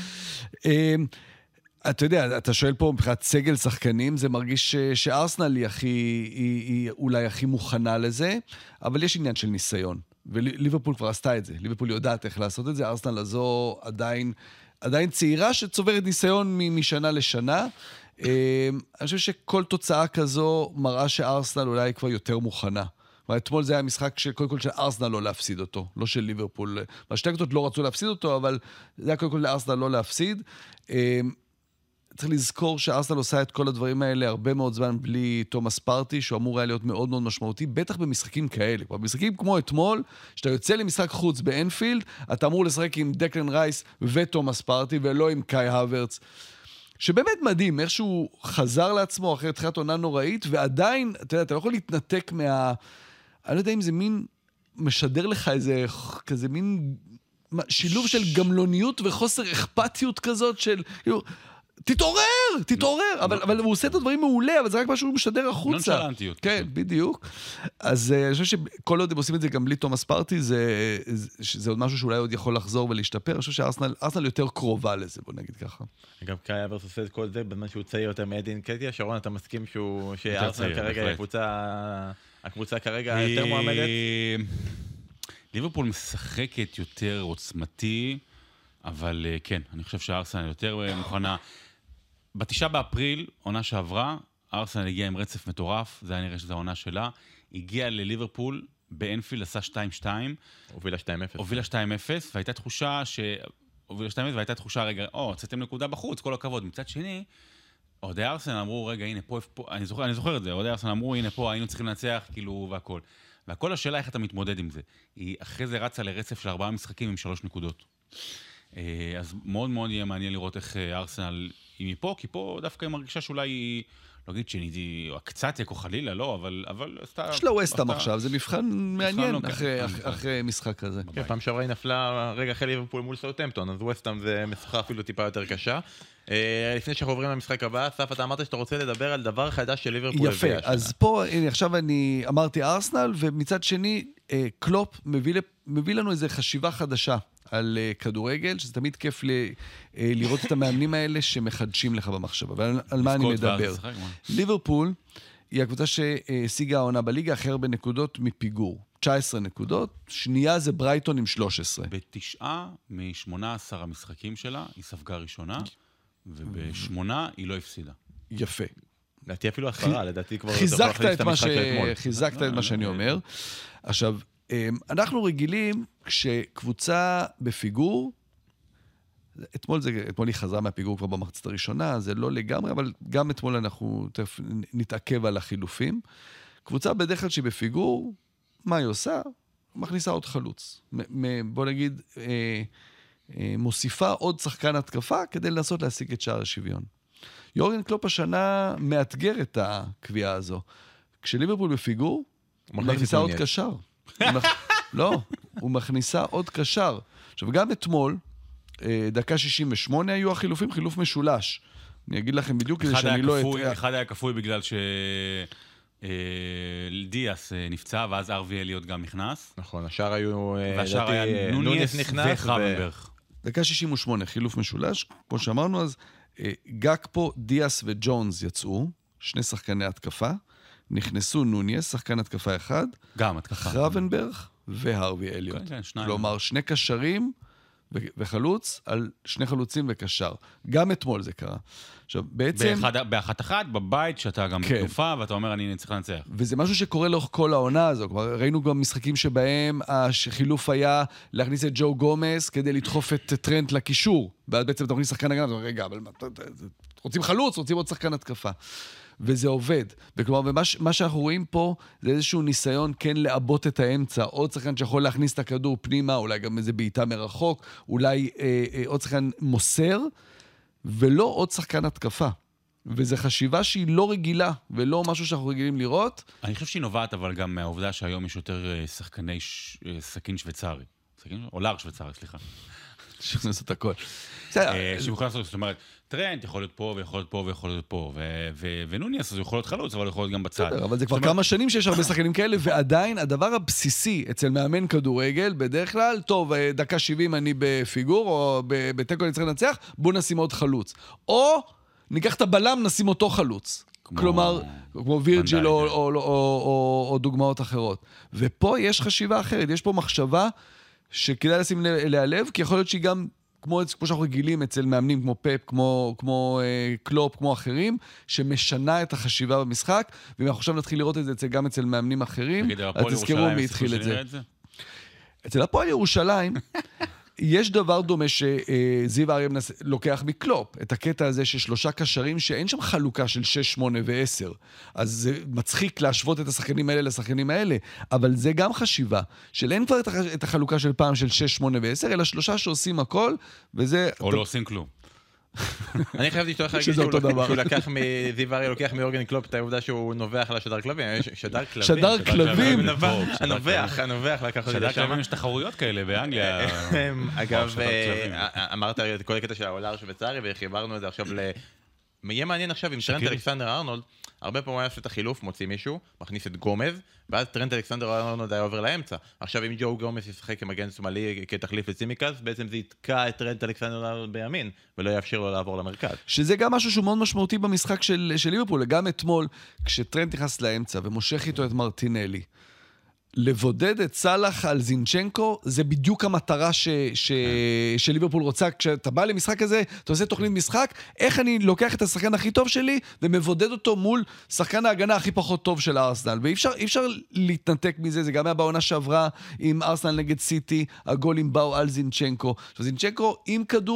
אתה יודע, אתה שואל פה מבחינת סגל שחקנים, זה מרגיש שארסנל היא הכי, היא אולי הכי מוכנה לזה, אבל יש עניין של ניסיון. וליברפול כבר עשתה את זה. ליברפול יודעת איך לעשות את זה. ארסנל הזו עדיין, עדיין צעירה שצוברת ניסיון משנה לשנה. אני חושב שכל תוצאה כזו מראה שארסנל אולי כבר יותר מוכנה. אתמול זה היה משחק שקודם כל של ארסנל לא להפסיד אותו, לא של ליברפול. השתי הקבוצות לא רצו להפסיד אותו, אבל זה היה קודם כל לארסנל לא להפסיד. צריך לזכור שארסנל עושה את כל הדברים האלה הרבה מאוד זמן בלי תומאס פארטי, שהוא אמור היה להיות מאוד מאוד משמעותי, בטח במשחקים כאלה. במשחקים כמו אתמול, שאתה יוצא למשחק חוץ באנפילד, אתה אמור לשחק עם דקלן רייס ותומאס פארטי, ולא עם קאי הוורץ. שבאמת מדהים, איך שהוא חזר לעצמו אחרי תחילת עונה נוראית, ועדיין, אתה יודע, אתה לא יכול להתנתק מה... אני לא יודע אם זה מין משדר לך איזה, כזה מין שילוב של גמלוניות וחוסר אכפתיות כזאת של... תתעורר, תתעורר, אבל, אבל הוא עושה את הדברים מעולה, אבל זה רק משהו שהוא משדר החוצה. נונשלנטיות. כן, בדיוק. אז אני חושב שכל עוד הם עושים את זה גם בלי תומאס פארטי, זה, זה עוד משהו שאולי עוד יכול לחזור ולהשתפר. אני חושב שארסנל יותר קרובה לזה, בוא נגיד ככה. גם קאי הוורץ עושה את כל זה, בזמן שהוא צעיר יותר מאדין קטיה, שרון, אתה מסכים שארסנל כרגע היא הקבוצה, הקבוצה כרגע יותר מועמדת? ליברפול משחקת יותר עוצמתי, אבל כן, אני חושב שארסנל יותר מוכנה. בתשעה באפריל, עונה שעברה, ארסנל הגיעה עם רצף מטורף, זה היה נראה שזו העונה שלה, הגיעה לליברפול, באנפילד עשה שתיים שתיים. הובילה שתיים אפס. הובילה שתיים אפס, והייתה תחושה ש... הובילה שתיים אפס, והייתה תחושה, רגע, או, צאתם נקודה בחוץ, כל הכבוד. מצד שני, אוהדי ארסנל אמרו, רגע, הנה, פה, פה, אני זוכר, אני זוכר את זה, אוהדי ארסנל אמרו, הנה, פה, היינו צריכים לנצח, כאילו, והכל. והכל השאלה איך אתה מתמודד עם זה. היא אחרי זה רצה לרצף של ארבעה משחקים עם שלוש נקודות. אז מאוד מאוד יהיה מעניין לראות איך ארסנל היא מפה, כי פה דווקא היא מרגישה שאולי היא, לא אגיד שהיא קצת יקו חלילה, לא, אבל, אבל עשתה... יש לה ווסטהאם עכשיו, זה מבחן מעניין אחרי משחק כזה. פעם שעברה היא נפלה רגע אחרי ליברפול מול סאות'המפטון, אז ווסטהאם זה משחקה אפילו טיפה יותר קשה. לפני שאנחנו עוברים למשחק הבא, אסף, אתה אמרת שאתה רוצה לדבר על דבר חדש של ליברפול. יפה, אז פה, עכשיו אני אמרתי ארסנל, ומצד שני, קלופ מביא לנו איזו חשיבה חדשה על כדורגל, שזה תמיד כיף לראות את המאמנים האלה שמחדשים לך במחשבה. ועל מה אני מדבר? ליברפול היא הקבוצה שהשיגה העונה בליגה הכי הרבה נקודות מפיגור. תשע עשרה נקודות, שנייה זה ברייטון עם שלוש עשרה. בתשעה מ-שמונה עשר המשחקים שלה היא ספגה ראשונה, ובשמונה היא לא הפסידה. יפה. לדעתי אפילו עשרה, לדעתי כבר... חיזקת את מה שאני אומר. עכשיו, אנחנו רגילים כשקבוצה בפיגור, אתמול, זה, אתמול היא חזרה מהפיגור כבר במחצית הראשונה, זה לא לגמרי, אבל גם אתמול אנחנו נתעכב על החילופים. קבוצה בדרך כלל שהיא בפיגור, מה היא עושה? מכניסה עוד חלוץ. בוא נגיד, מוסיפה עוד שחקן התקפה כדי לנסות להשיג את שער השוויון. יורגן קלופ השנה מאתגר את הקביעה הזו. כשליברפול בפיגור, הוא מכניסה עוד קשר. לא, הוא מכניסה עוד קשר. עכשיו, גם אתמול, דקה שישים ושמונה היו החילופים, חילוף משולש. אני אגיד לכם בדיוק כדי שאני לא... אחד היה כפוי בגלל שדיאס נפצע, ואז ארווי אליוט גם נכנס. נכון, השאר היו... והשאר היה נוניס וחוונברג. דקה שישים ושמונה, חילוף משולש. כמו שאמרנו, אז גק פה, דיאס וג'ונס יצאו, שני שחקני התקפה. נכנסו נוניס, שחקן התקפה אחד. גם התקפה. חוונברג והרווי אליוט. כלומר, שני קשרים וחלוץ על שני חלוצים וקשר. גם אתמול זה קרה. עכשיו, בעצם... באחת אחת, בבית, שאתה גם בתנופה, ואתה אומר, אני צריך לנצח. וזה משהו שקורה לאורך כל העונה הזו. כבר ראינו גם משחקים שבהם החילוף היה להכניס את ג'ו גומס כדי לדחוף את טרנט לקישור. ואז בעצם אתה מכניס שחקן הגנה, אתה אומר, רגע, אבל רוצים חלוץ, רוצים עוד שחקן התקפה. וזה עובד. וכלומר, ומה, מה שאנחנו רואים פה, זה איזשהו ניסיון כן לאבות את האמצע, עוד שחקן שיכול להכניס את הכדור פנימה, אולי גם איזה בעיטה מרחוק, אולי אה, אה, עוד שחקן מוסר, ולא עוד שחקן התקפה. וזו חשיבה שהיא לא רגילה, ולא משהו שאנחנו רגילים לראות. אני חושב שהיא נובעת, אבל גם מהעובדה שהיום יש יותר שחקני ש... סכין שוויצרי. סכין? או לאר שוויצרי, סליחה. שנעשה את הכל. שיוכל לעשות, זאת אומרת, טרנט יכול להיות פה, ויכול להיות פה, ויכול להיות פה, ונוניס, אז הוא יכול להיות חלוץ, אבל הוא יכול להיות גם בצד. אבל זה כבר כמה שנים שיש הרבה שחקנים כאלה, ועדיין הדבר הבסיסי אצל מאמן כדורגל, בדרך כלל, טוב, דקה שבעים אני בפיגור, או בטקו אני צריך לנצח, בוא נשים עוד חלוץ. או ניקח את הבלם, נשים אותו חלוץ. כלומר, כמו וירג'יל או דוגמאות אחרות. ופה יש חשיבה אחרת, יש פה מחשבה שכדאי לשים אליה לב, כי יכול להיות שהיא גם, כמו, כמו שאנחנו רגילים אצל מאמנים כמו פפ, כמו, כמו אה, קלופ, כמו אחרים, שמשנה את החשיבה במשחק, ואם אנחנו עכשיו נתחיל לראות את זה אצל, גם אצל מאמנים אחרים, אז תזכרו מי התחיל את זה. את זה. אצל הפועל ירושלים, יש דבר דומה שזיו אריה לוקח מקלופ, את הקטע הזה ששלושה קשרים שאין שם חלוקה של שש, שמונה ועשר. אז זה מצחיק להשוות את השחקנים האלה לשחקנים האלה, אבל זה גם חשיבה, של אין כבר את החלוקה של פעם של שש, שמונה ועשר, אלא שלושה שעושים הכל, וזה... או לא עושים כלום. אני חייבתי שאתה להגיד שהוא לקח מזיו אריה, לוקח מיורגן קלופ את העובדה שהוא נובח על השדר כלבים. שדר כלבים. שדר כלבים. הנובח, הנובח לקח אותי לשם. שדר כלבים יש תחרויות כאלה באנגליה. אגב, אמרת את כל הקטע של העולר שוויצרי, וחיברנו את זה עכשיו ל... יהיה מעניין עכשיו עם טרנט אלכסנדר ארנולד, הרבה פעמים היה עושה את החילוף, מוציא מישהו, מכניס את גומז, ואז טרנט אלכסנדר ארנולד היה עובר לאמצע. עכשיו אם ג'ו גומז ישחק כמגן שמאלי כתחליף לצימקס, בעצם זה יתקע את טרנט אלכסנדר ארנולד בימין, ולא יאפשר לו לעבור למרכז. שזה גם משהו שהוא מאוד משמעותי במשחק של, של ליברפול, גם אתמול, כשטרנט נכנס לאמצע ומושך איתו את מרטינלי, לבודד את סלאח על זינצ'נקו, זה בדיוק המטרה ש, ש, של ליברפול רוצה. כשאתה בא למשחק הזה, אתה עושה תוכנית משחק, איך אני לוקח את השחקן הכי טוב שלי, ומבודד אותו מול שחקן ההגנה הכי פחות טוב של ארסנל. ואי אפשר, אי אפשר להתנתק מזה, זה גם היה בעונה שעברה עם ארסנל נגד סיטי, הגולים באו על זינצ'נקו. עכשיו, זינצ'נקו עם כדור,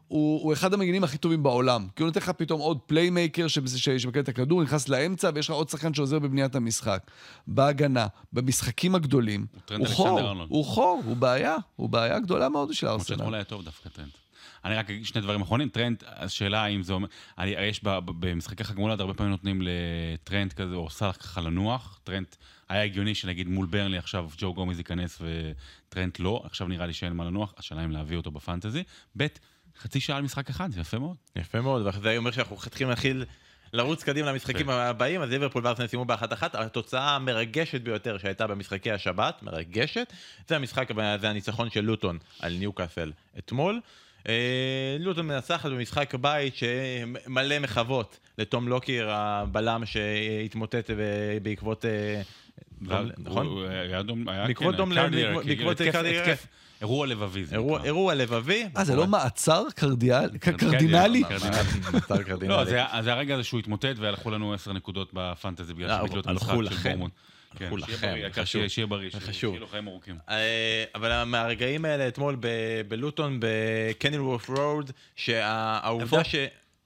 הוא, הוא אחד המגינים הכי טובים בעולם. כי הוא נותן לך פתאום עוד פליימייקר שמקל את הכדור, נכנס לאמצע, ויש לך עוד שחקן שעוזר בבניית המשחק. בהגנה, במשחקים הגדולים. הוא, הוא חור, הוא חור, הוא בעיה. הוא בעיה גדולה מאוד של הארסנל. אתמול היה טוב דווקא טרנט. אני רק אגיד שני דברים אחרונים. טרנט, השאלה האם זה אומר... יש במשחקי חג מולד, הרבה פעמים נותנים לטרנט כזה, או סלח ככה לנוח. טרנט היה הגיוני שנגיד מול ברנלי עכשיו ג'ו גומז ייכנס וטרנט לא. עכשיו נראה לי שאין מה לנוח. השאלה אם להביא אותו בפנטזי. ב' חצי שעה על משחק אחד, זה יפה מאוד. יפה מאוד, וזה אומר שאנחנו צריכים להתחיל לרוץ קדימה למשחקים הבאים, אז ליברפול וארסנל סיימו באחת אחת, התוצאה המרגשת ביותר שהייתה במשחקי השבת, מרגשת, זה המשחק, זה הניצחון של לוטון על ניוקאסל אתמול. לוטון מנצחת במשחק בית שמלא מחוות לתום לוקיר, הבלם שהתמוטט בעקבות... נכון? בעקבות דום לב, בעקבות התקף, אירוע לבבי. אירוע לבבי. אה, זה לא מעצר קרדינלי? מעצר קרדינלי. לא, זה הרגע הזה שהוא התמוטט והלכו לנו עשר נקודות בפנטזי בגלל שביטלו את המשחק של בורמונד. הלכו לכם, שיהיה בריא, שיהיה לו חיים ארוכים. אבל מהרגעים האלה אתמול בלוטון, בקנילוורף רוד, שהעובדה ש...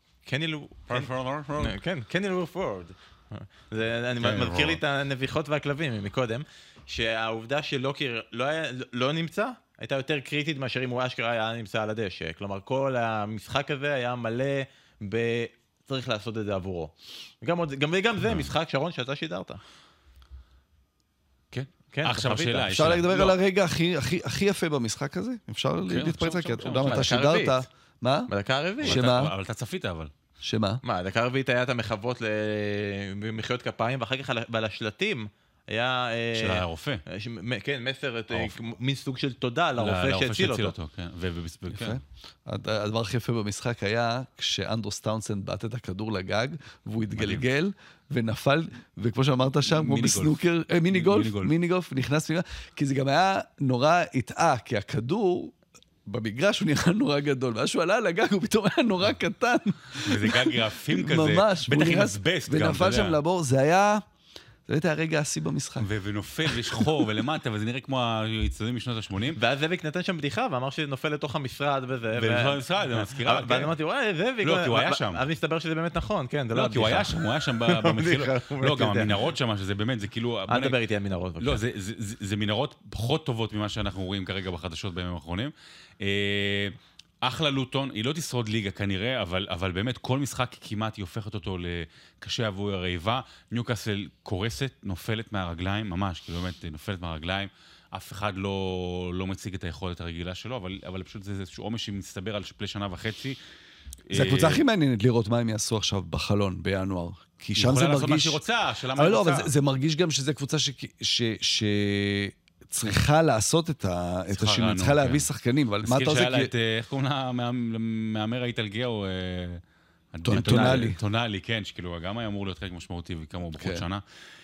קנילוורף רוד. אני מזכיר לי את הנביחות והכלבים מקודם, שהעובדה שלוקיר לא נמצא, הייתה יותר קריטית מאשר אם הוא אשכרה היה נמצא על הדשא. כלומר, כל המשחק הזה היה מלא ב... צריך לעשות את זה עבורו. וגם זה משחק, שרון, שאתה שידרת. כן. כן, עכשיו השאלה. אפשר לדבר על הרגע הכי יפה במשחק הזה? אפשר להתפרץ רק, גם אתה שידרת. מה? בדקה הרביעית. שמה? אבל אתה צפית, אבל. שמה? מה, הדקה הרביעית היה את המחוות למחיאות כפיים, ואחר כך על השלטים היה... של הרופא. כן, מסר, מין סוג של תודה לרופא שהציל אותו. יפה. הדבר הכי יפה במשחק היה כשאנדרוס טאונסנד בעט את הכדור לגג, והוא התגלגל ונפל, וכמו שאמרת שם, כמו בסנוקר, מיני גולף, מיני גולף, נכנס פנימה, כי זה גם היה נורא התאה, כי הכדור... במגרש הוא נראה נורא גדול, ואז שהוא עלה על הגג, הוא פתאום היה נורא קטן. וזה גג רעפים כזה. ממש. בטח עם אסבסט גם. ונפל שם לבור, זה היה... זה הייתה הרגע השיא במשחק. ונופל, ויש חור ולמטה, וזה נראה כמו היצודים משנות ה-שמונים. ואז זאביק נתן שם בדיחה, ואמר שזה נופל לתוך המשרד וזה. ולתוך המשרד, זה מזכירה. ואז אמרתי, וואי, זאביק. לא, כי הוא היה שם. אז מסתבר שזה באמת נכון, כן, זה לא הבדיחה. לא, כי הוא היה שם, הוא היה שם במחילות. לא, גם המנהרות שם, שזה באמת, זה כאילו... אל תדבר איתי על מנהרות. לא, זה מנהרות פחות טובות ממה שאנחנו רואים כרגע בחדשות בימים האחרונים. אחלה לוטון, היא לא תשרוד ליגה כנראה, אבל, אבל באמת כל משחק כמעט היא הופכת אותו לקשה עבור הרעיבה. ניוקאסל קורסת, נופלת מהרגליים, ממש, כי באמת נופלת מהרגליים. אף אחד לא, לא מציג את היכולת הרגילה שלו, אבל, אבל פשוט זה איזשהו עומס שמסתבר על פלי שנה וחצי. זה הקבוצה הכי מעניינת לראות מה הם יעשו עכשיו בחלון, בינואר. כי שם זה מרגיש... היא יכולה לעשות מה שהיא רוצה, שאלה מה היא לא, רוצה. אבל זה, זה מרגיש גם שזה קבוצה ש... ש... ש... צריכה לעשות את השינוי, צריכה להביא שחקנים, אבל מה אתה עושה? מזכיר שהיה לה את, איך קוראים לה, מהמר האיטלגי, או... טונאלי. טונאלי, כן, שכאילו, גם היה אמור להיות חלק משמעותי, וכמו בכל שנה.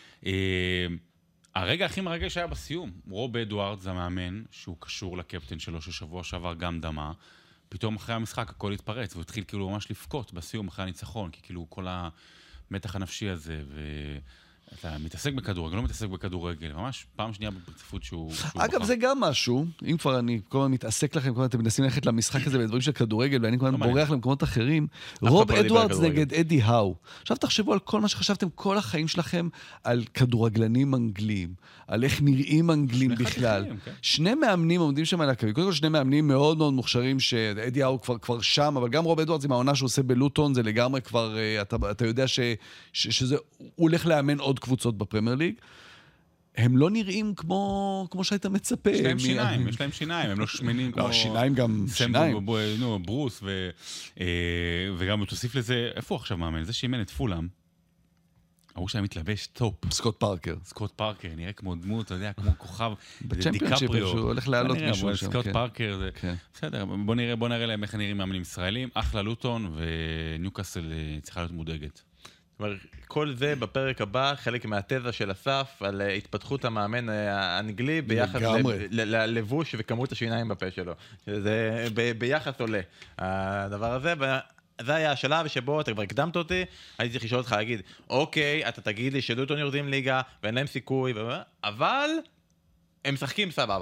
הרגע הכי מרגש היה בסיום, רוב אדוארד זה המאמן, שהוא קשור לקפטן שלו, ששבוע שעבר גם דמה, פתאום אחרי המשחק הכל התפרץ, והוא התחיל כאילו ממש לפקוט בסיום אחרי הניצחון, כי כאילו כל המתח הנפשי הזה, ו... אתה מתעסק בכדורגל, לא מתעסק בכדורגל, ממש פעם שנייה ברציפות שהוא... אגב, זה גם משהו, אם כבר אני כל הזמן מתעסק לכם, כל הזמן אתם מנסים ללכת למשחק הזה בדברים של כדורגל, ואני כל הזמן בורח למקומות אחרים, רוב אדוארדס נגד אדי האו. עכשיו תחשבו על כל מה שחשבתם כל החיים שלכם, על כדורגלנים אנגלים, על איך נראים אנגלים בכלל. שני מאמנים עומדים שם על הקווי, קודם כל שני מאמנים מאוד מאוד מוכשרים, שאדי האו כבר שם, אבל גם רוב אדוארדס עם העונה שהוא עושה בלוטון, זה לגמרי כבר, אתה יודע שזה הולך לאמן עוד קבוצות בפרמייר ליג, הם לא נראים כמו, כמו שהיית מצפה. יש להם שיניים, יש להם שיניים, הם לא שמנים כמו... לא, שיניים גם שיניים. נו, ברוס, וגם תוסיף לזה, איפה הוא עכשיו מאמן? זה שאימן את פולאם, ההוא שהיה מתלבש טופ. סקוט פארקר. סקוט פארקר, נראה כמו דמות, אתה יודע, כמו כוכב. בצ'מפיונשיפ, שהוא הולך לעלות מישהו שם. סקוט פארקר, זה... בסדר, בוא נראה, בוא נראה להם איך נראים מאמנים ישראלים. אחלה לוטון, וניוקאסל צריכה להיות מודאגת. זאת אומרת, כל זה בפרק הבא, חלק מהתזה של אסף, על התפתחות המאמן האנגלי ביחס ללבוש וכמות השיניים בפה שלו. זה ביחס עולה. הדבר הזה, זה היה השלב שבו אתה כבר הקדמת אותי, הייתי צריך לשאול אותך להגיד, אוקיי, אתה תגיד לי שלוטון יורדים ליגה, ואין להם סיכוי, אבל הם משחקים סבבה.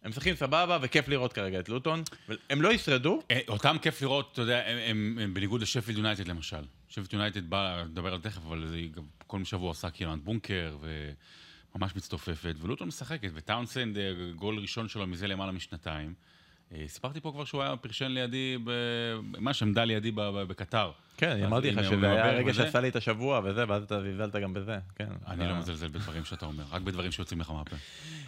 הם משחקים סבבה, וכיף לראות כרגע את לוטון. הם לא ישרדו. אותם כיף לראות, אתה יודע, הם בניגוד לשפילד יונייטד למשל. שפילד יונייטד בא לדבר על תכף, אבל זה כל שבוע עושה כאילו בונקר, וממש מצטופפת, ולוטון משחקת, וטאונסנד, גול ראשון שלו מזה למעלה משנתיים. סיפרתי פה כבר שהוא היה פרשן לידי, מה שעמדה לידי בקטר. כן, אני אמרתי לך שזה היה הרגע שעשה לי את השבוע וזה, ואז אתה זלזלת גם בזה. אני לא מזלזל בדברים שאתה אומר, רק בדברים שיוצאים לך מהפה.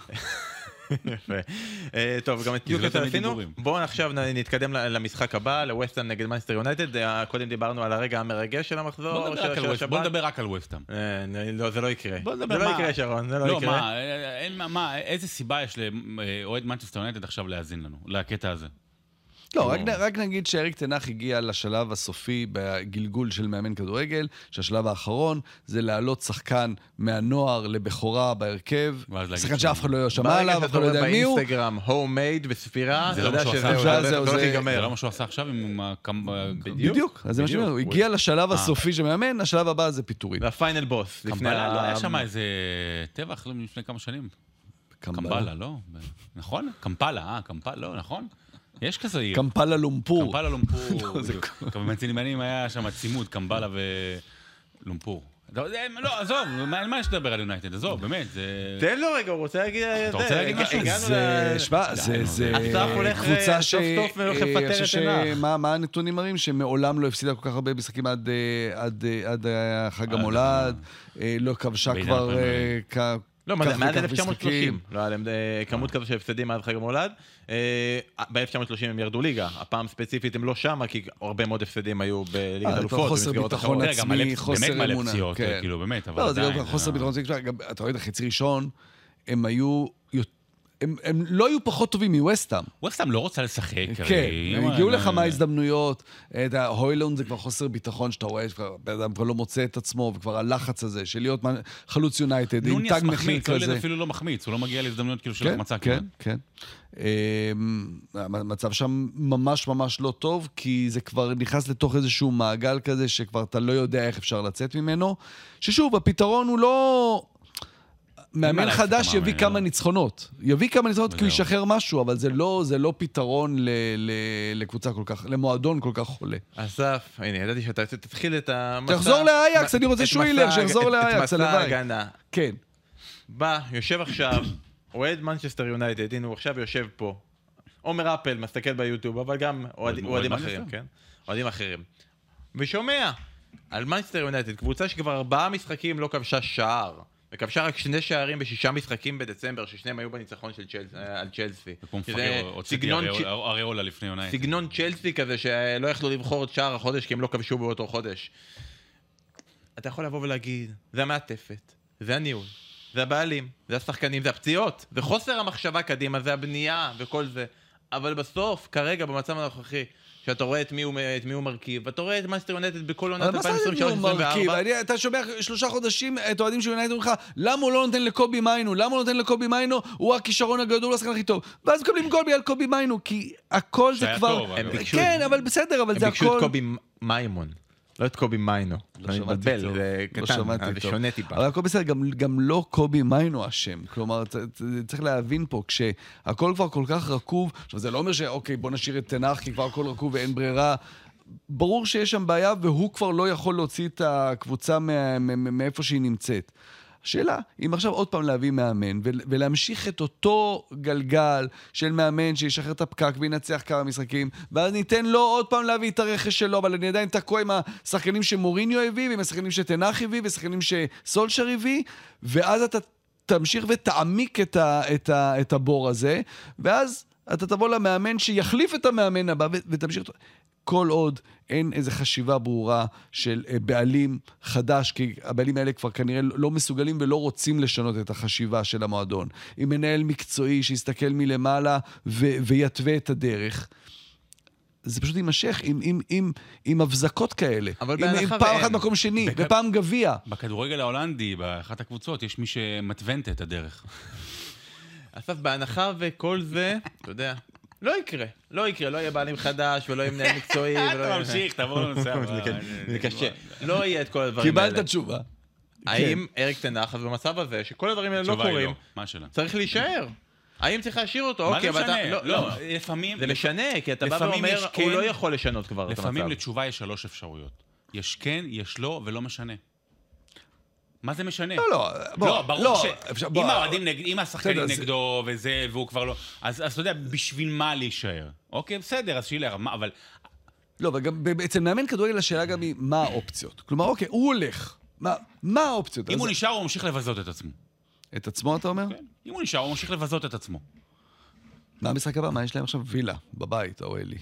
יפה. טוב, גם את ניוקאסל עשינו. בואו עכשיו נתקדם למשחק הבא, לווסטהאם נגד מנצ'סטר יונייטד. קודם דיברנו על הרגע המרגש של המחזור. בוא נדבר רק על ווסטהאם. לא, זה לא יקרה. זה לא יקרה, שרון, זה לא יקרה. מה, איזה סיבה יש לאוהד מנצ'סטר יונייטד עכשיו להאזין לנו, לקטע הזה? לא, רק, רק נגיד שאריק תנח הגיע לשלב הסופי בגלגול של מאמן כדורגל, שהשלב האחרון זה להעלות שחקן מהנוער לבחורה בהרכב, שחקן שאף אחד לא שמע עליו, אף אחד לא יודע מי הוא. באינסטגרם, הומייד בספירה, זה לא מה שהוא עשה עכשיו, זה לא מה שהוא עשה עכשיו עם בדיוק, אז זה מה שאומר, הוא הגיע לשלב הסופי של מאמן, השלב הבא זה פיטורים. והפיינל בוס. קמבלה, לא היה שם איזה טבח לפני כמה שנים. קמבלה, לא? נכון? קמפלה, אה, קמפלה, לא, נכון? יש כזה עיר. קמפלה לומפור. קמפלה לומפור. במצנימנים היה שם צימוד, קמבלה ולומפור. לא, עזוב, מה יש לדבר על יונייטד? עזוב, באמת, זה... תן לו רגע, הוא רוצה להגיד... אתה רוצה להגיד משהו? זה, שמע, זה קבוצה ש... מה הנתונים מראים? שמעולם לא הפסידה כל כך הרבה משחקים עד חג המולד, לא כבשה כבר... לא, מאז אלף תשע מאות שלושים, לא היה להם כמות כזו של הפסדים מאז חג המולד. ב-אלף תשע מאות שלושים הם ירדו ליגה, הפעם ספציפית הם לא שמה, כי הרבה מאוד הפסדים היו בליגת אלופות. חוסר ביטחון עצמי, חוסר אמונה. כאילו, באמת, אבל לא, זה גם חוסר ביטחון עצמי. אתה רואה את החצי ראשון, הם היו... הם, הם לא היו פחות טובים מווסטהאם. ווסטהאם לא רוצה לשחק. כן, הם הגיעו לך מההזדמנויות. הוילון זה כבר חוסר ביטחון שאתה רואה, אדם כבר לא מוצא את עצמו, וכבר הלחץ הזה של להיות חלוץ יונייטד, עם טאג מחמיץ כזה. נוניס אפילו לא מחמיץ, הוא לא מגיע להזדמנויות כאילו של החמצה. כן, כן. המצב שם ממש ממש לא טוב, כי זה כבר נכנס לתוך איזשהו מעגל כזה, שכבר אתה לא יודע איך אפשר לצאת ממנו. ששוב, הפתרון הוא לא... מאמן חדש יביא כמה ניצחונות. יביא כמה ניצחונות כי הוא ישחרר משהו, אבל זה לא, זה לא פתרון לקבוצה כל כך, למועדון כל כך חולה. אסף, הנה, ידעתי שאתה תתחיל את המסע... תחזור לאייקס, אני רוצה שהוא ילך, שיחזור לאייקס, את מסע ההגנה. כן. בא, יושב עכשיו, אוהד מנצ'סטר יונייטד, הנה הוא עכשיו יושב פה. עומר אפל, מסתכל ביוטיוב, אבל גם אוהדים אחרים, כן? אוהדים אחרים. ושומע על מנצ'סטר יונייטד, קבוצה שכבר ארבעה משחקים לא כבשה שער. וכבשה רק שני שערים בשישה משחקים בדצמבר, ששניהם היו בניצחון על צ'לסי. הוצאתי אריולה לפני יונייטד. סגנון צ'לסי כזה, שלא יכלו לבחור את שער החודש, כי הם לא כבשו באותו חודש. אתה יכול לבוא ולהגיד, זה המעטפת, זה הניהול, זה הבעלים, זה השחקנים, זה הפציעות, זה חוסר המחשבה קדימה, זה הבנייה וכל זה. אבל בסוף, כרגע, במצב הנוכחי, שאתה רואה את מי הוא, את מי הוא מרכיב, ואתה רואה את מנצ'סטר יונייטד בכל עונת אלפיים עשרים ושלוש עשרים וארבע. אתה שומע שלושה חודשים את אוהדים של יונייטד אומרים לך, למה הוא לא נותן לקובי מיינו? למה הוא לא נותן לקובי מיינו? הוא הכישרון הגדול, השחקן הכי טוב. ואז מקבלים גול בגלל קובי מיינו, כי הכל זה כבר... כן, אבל בסדר, אבל זה הכל... הם ביקשו את קובי מיימון. לא את קובי מיינו. אני מתבלבל, זה קטן, זה שונה טיפה. אבל הכל בסדר, גם לא קובי מיינו אשם. כלומר, צריך להבין פה, כשהכל כבר כל כך רקוב, עכשיו זה לא אומר שאוקיי, בוא נשאיר את תנח, כי כבר הכל רקוב ואין ברירה. ברור שיש שם בעיה, והוא כבר לא יכול להוציא את הקבוצה מאיפה שהיא נמצאת. השאלה, אם עכשיו עוד פעם להביא מאמן, ולהמשיך את אותו גלגל של מאמן שישחרר את הפקק וינצח כמה משחקים, ואז ניתן לו עוד פעם להביא את הרכש שלו, אבל אני עדיין תקוע עם השחקנים שמוריניו הביא, ועם השחקנים שתנח הביא, ושחקנים שסולשר הביא, ואז אתה תמשיך ותעמיק את, ה, את, ה, את הבור הזה, ואז אתה תבוא למאמן שיחליף את המאמן הבא, ותמשיך... כל עוד אין איזו חשיבה ברורה של בעלים חדש, כי הבעלים האלה כבר כנראה לא מסוגלים ולא רוצים לשנות את החשיבה של המועדון. עם מנהל מקצועי שיסתכל מלמעלה ו- ויתווה את הדרך. זה פשוט יימשך עם, עם, עם, עם הבזקות כאלה. עם, עם פעם אחת מקום שני, בכ... ופעם גביע. בכדורגל ההולנדי, באחת הקבוצות, יש מי שמתוונט את הדרך. אסף, בהנחה וכל זה, אתה יודע... לא יקרה, לא יקרה, לא יהיה בעלים חדש ולא יהיה מנהל מקצועי. אתה ממשיך, תבוא לנושא הבא. זה קשה. לא יהיה את כל הדברים האלה. קיבלת תשובה. האם אריק תנח, אז במצב הזה, שכל הדברים האלה לא קורים, צריך להישאר. האם צריך להשאיר אותו? מה זה אוקיי, אבל משנה? אתה- לא, לפעמים... זה משנה, כי אתה בא לפעמים ואומר, יש הוא כן- לא יכול לשנות כבר את המצב. לפעמים לתשובה יש שלוש אפשרויות. יש כן, יש לא, ולא משנה. מה זה משנה? לא, לא, בוא, לא, ברור לא, ש... אפשר- בוא, אם האוהדים נגד... אם השחקנים בסדר, זה- נגדו וזה, והוא כבר לא... אז אז אתה יודע, בשביל מה להישאר? אוקיי, בסדר, אז שילך, מה- אבל... לא, וגם ב- אצל מאמן כדורגל השאלה גם היא, מה האופציות? כלומר, אוקיי, הוא הולך. מה, מה האופציות? אם אז- הוא נשאר, הוא ממשיך לבזות את עצמו. את עצמו, אתה אומר? כן. אם הוא נשאר, הוא ממשיך לבזות את עצמו. מה המשחק הבא? מה יש להם עכשיו? וילה, בבית, או אלי.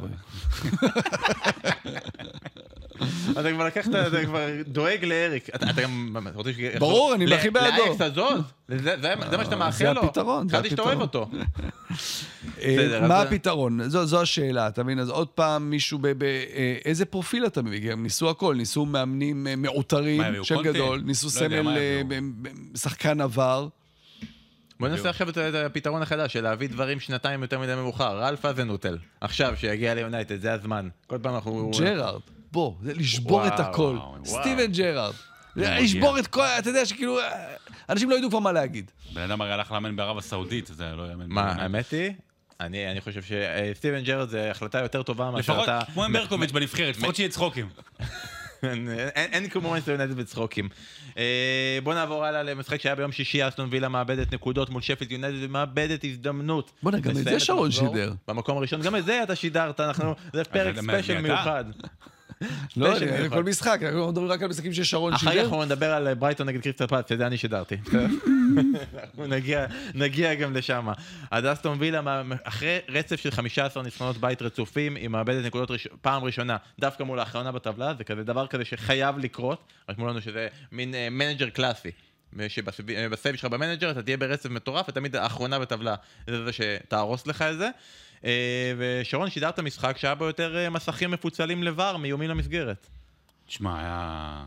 אתה כבר לקחת, אתה כבר דואג לאריק. אתה אתה גם... אתה רוצה ש- ברור, אני הכי בעדו. לאקס הזאת? זה זה- זה מה שאתה מאחל זה לו. הפתרון, זה חשבתי שאתה אוהב הפתרון. אותו. אה, בסדר, מה אז- הפתרון? זו, זו השאלה, אתה מבין? אז עוד פעם מישהו, ב, ב, אה, איזה פרופיל אתה מביא? הם ניסו הכל, ניסו מאמנים אה, מעוטרים מה, הביאו של קונטה? גדול, ניסו לא יודע, סמל מה אה, הביאו? ב- ב- שחקן עבר. בוא ננסה עכשיו את הפתרון החדש, של להביא דברים שנתיים יותר מדי מאוחר. רלף אזנוטל. עכשיו, שיגיע ליונייטד, זה הזמן. כל פעם אנחנו... ג'רארד, בוא, זה לשבור וואו, את הכל. וואו. סטיבן ג'רארד. מגיע. לשבור את כל... אתה יודע שכאילו... אה, אנשים לא ידעו כבר מה להגיד. בן אדם הרי הלך לאמן בערב הסעודית, זה לא יאמן. מה, האמת היא? אני אני חושב שסטיבן ג'רארד זה החלטה יותר טובה מאשר לפחות אתה... כמו עם ברקוביץ' בנבחרת, לפחות שיהיה צחוקים. אין- אין כמו מנסטר יונייטד בצחוקים. אה, בוא נעבור הלאה למשחק שהיה ביום שישי, אסטון וילה מאבדת נקודות מול שפילד יונייטד ומאבדת הזדמנות. בוא'נה, גם את לסיים זה שרון המחזור. שידר. במקום הראשון, גם את זה אתה שידרת, אנחנו... זה פרק אתה יודע, ספיישל מי אתה? מיוחד. לא, ספיישל אני- מיוחד. כל משחק, אנחנו מדברים רק על משחקים ששרון אחר כך שידר. אנחנו נדבר על ברייטון נגד קריסטל פלאץ, שזה אני שידרתי. אנחנו נגיע- נגיע גם לשם. אז אסטון וילה, מה- אחרי רצף של חמישה עשר ניצחונות בית רצופים, היא מאבדת נקודות ראש- פעם ראשונה, דווקא מול האחרונה בטבלה, זה כזה דבר כזה שחייב לקרות, רשמו לנו שזה מין אה, מנג'ר קלאסי. שבסייב שלך במנג'ר אתה תהיה ברצף מטורף, ותמיד האחרונה בטבלה זה זה שתהרוס לך את זה. אה, ושרון שידר את המשחק שהיה בו יותר אה, מסכים מפוצלים לבר מיומין למסגרת. תשמע, היה...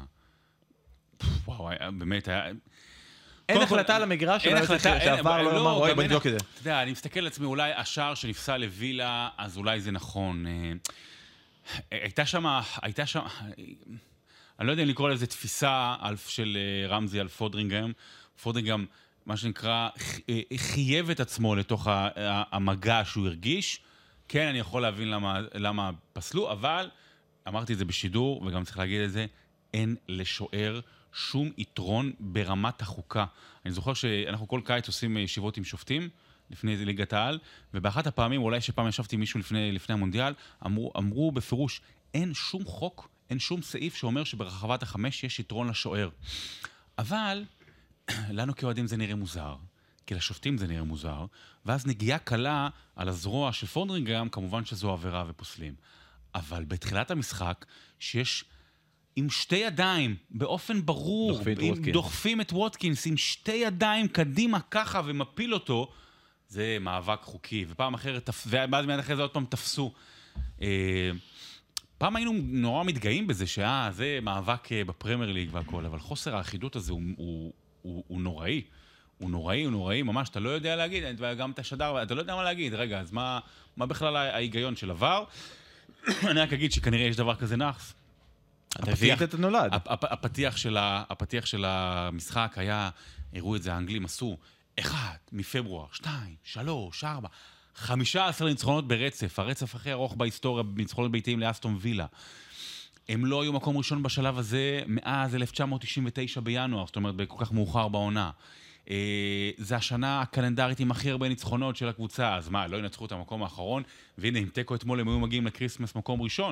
וואו, היה- באמת, היה... אין קודם כל, החלטה על המגרש אין של החלטה, אין- שעבר לא לא, אמר, אוי גם בוא אין- נבדוק את זה. אתה יודע, אני מסתכל על עצמי, אולי השער שנפסל לווילה, אז אולי זה נכון. אה, הייתה שם, הייתה שם, אני לא יודע אם לקרוא לזה תפיסה על- של אה, רמזי על פודרינגהם. פודרינגהם, מה שנקרא, ח- אה, חייב את עצמו לתוך ה- ה- המגע שהוא הרגיש. כן, אני יכול להבין למה, למה פסלו, אבל אמרתי את זה בשידור, וגם צריך להגיד את זה, אין לשוער שום יתרון ברמת החוקה. אני זוכר שאנחנו כל קיץ עושים ישיבות עם שופטים, לפני ליגת העל, ובאחת הפעמים, אולי שפעם ישבתי עם מישהו לפני, לפני המונדיאל, אמרו, אמרו בפירוש, אין שום חוק, אין שום סעיף שאומר שברחבת החמש יש יתרון לשוער. אבל לנו כאוהדים זה נראה מוזר, כי לשופטים זה נראה מוזר, ואז נגיעה קלה על הזרוע של פודרינגהם, כמובן שזו עבירה ופוסלים. אבל בתחילת המשחק, שיש עם שתי ידיים, באופן ברור, דוחפים את עם- ווטקינס. דוחפים את ווטקינס עם שתי ידיים קדימה ככה ומפיל אותו, זה מאבק חוקי. ופעם אחרת, תפ- ואז מיד אחרי זה עוד פעם תפסו. אה, פעם היינו נורא מתגאים בזה שאה, זה מאבק אה, בפרמייר ליג והכל, אבל חוסר האחידות הזה הוא, הוא, הוא, הוא נוראי. הוא נוראי, הוא נוראי, ממש, אתה לא יודע להגיד, גם אתה שדר, אתה לא יודע מה להגיד. רגע, אז מה, מה בכלל ההיגיון של עבר? אני רק אגיד שכנראה יש דבר כזה נאחס. אתה זיהית את הנולד. הפ- הפ- הפתיח של ה- הפתיח של המשחק היה, הראו את זה, האנגלים עשו, אחד מפברואר, שתיים, שלוש, ארבע, חמישה עשר ניצחונות ברצף, הרצף הכי ארוך בהיסטוריה, ניצחונות ביתיים לאסטון וילה. הם לא היו מקום ראשון בשלב הזה מאז אלף תשע מאות תשעים ותשע בינואר, זאת אומרת, כל כך מאוחר בעונה. אה, זה השנה הקלנדרית עם הכי הרבה ניצחונות של הקבוצה, אז מה, לא ינצחו את המקום האחרון, והנה, עם תיקו אתמול הם היו מגיעים לקריסמס מקום ראשון.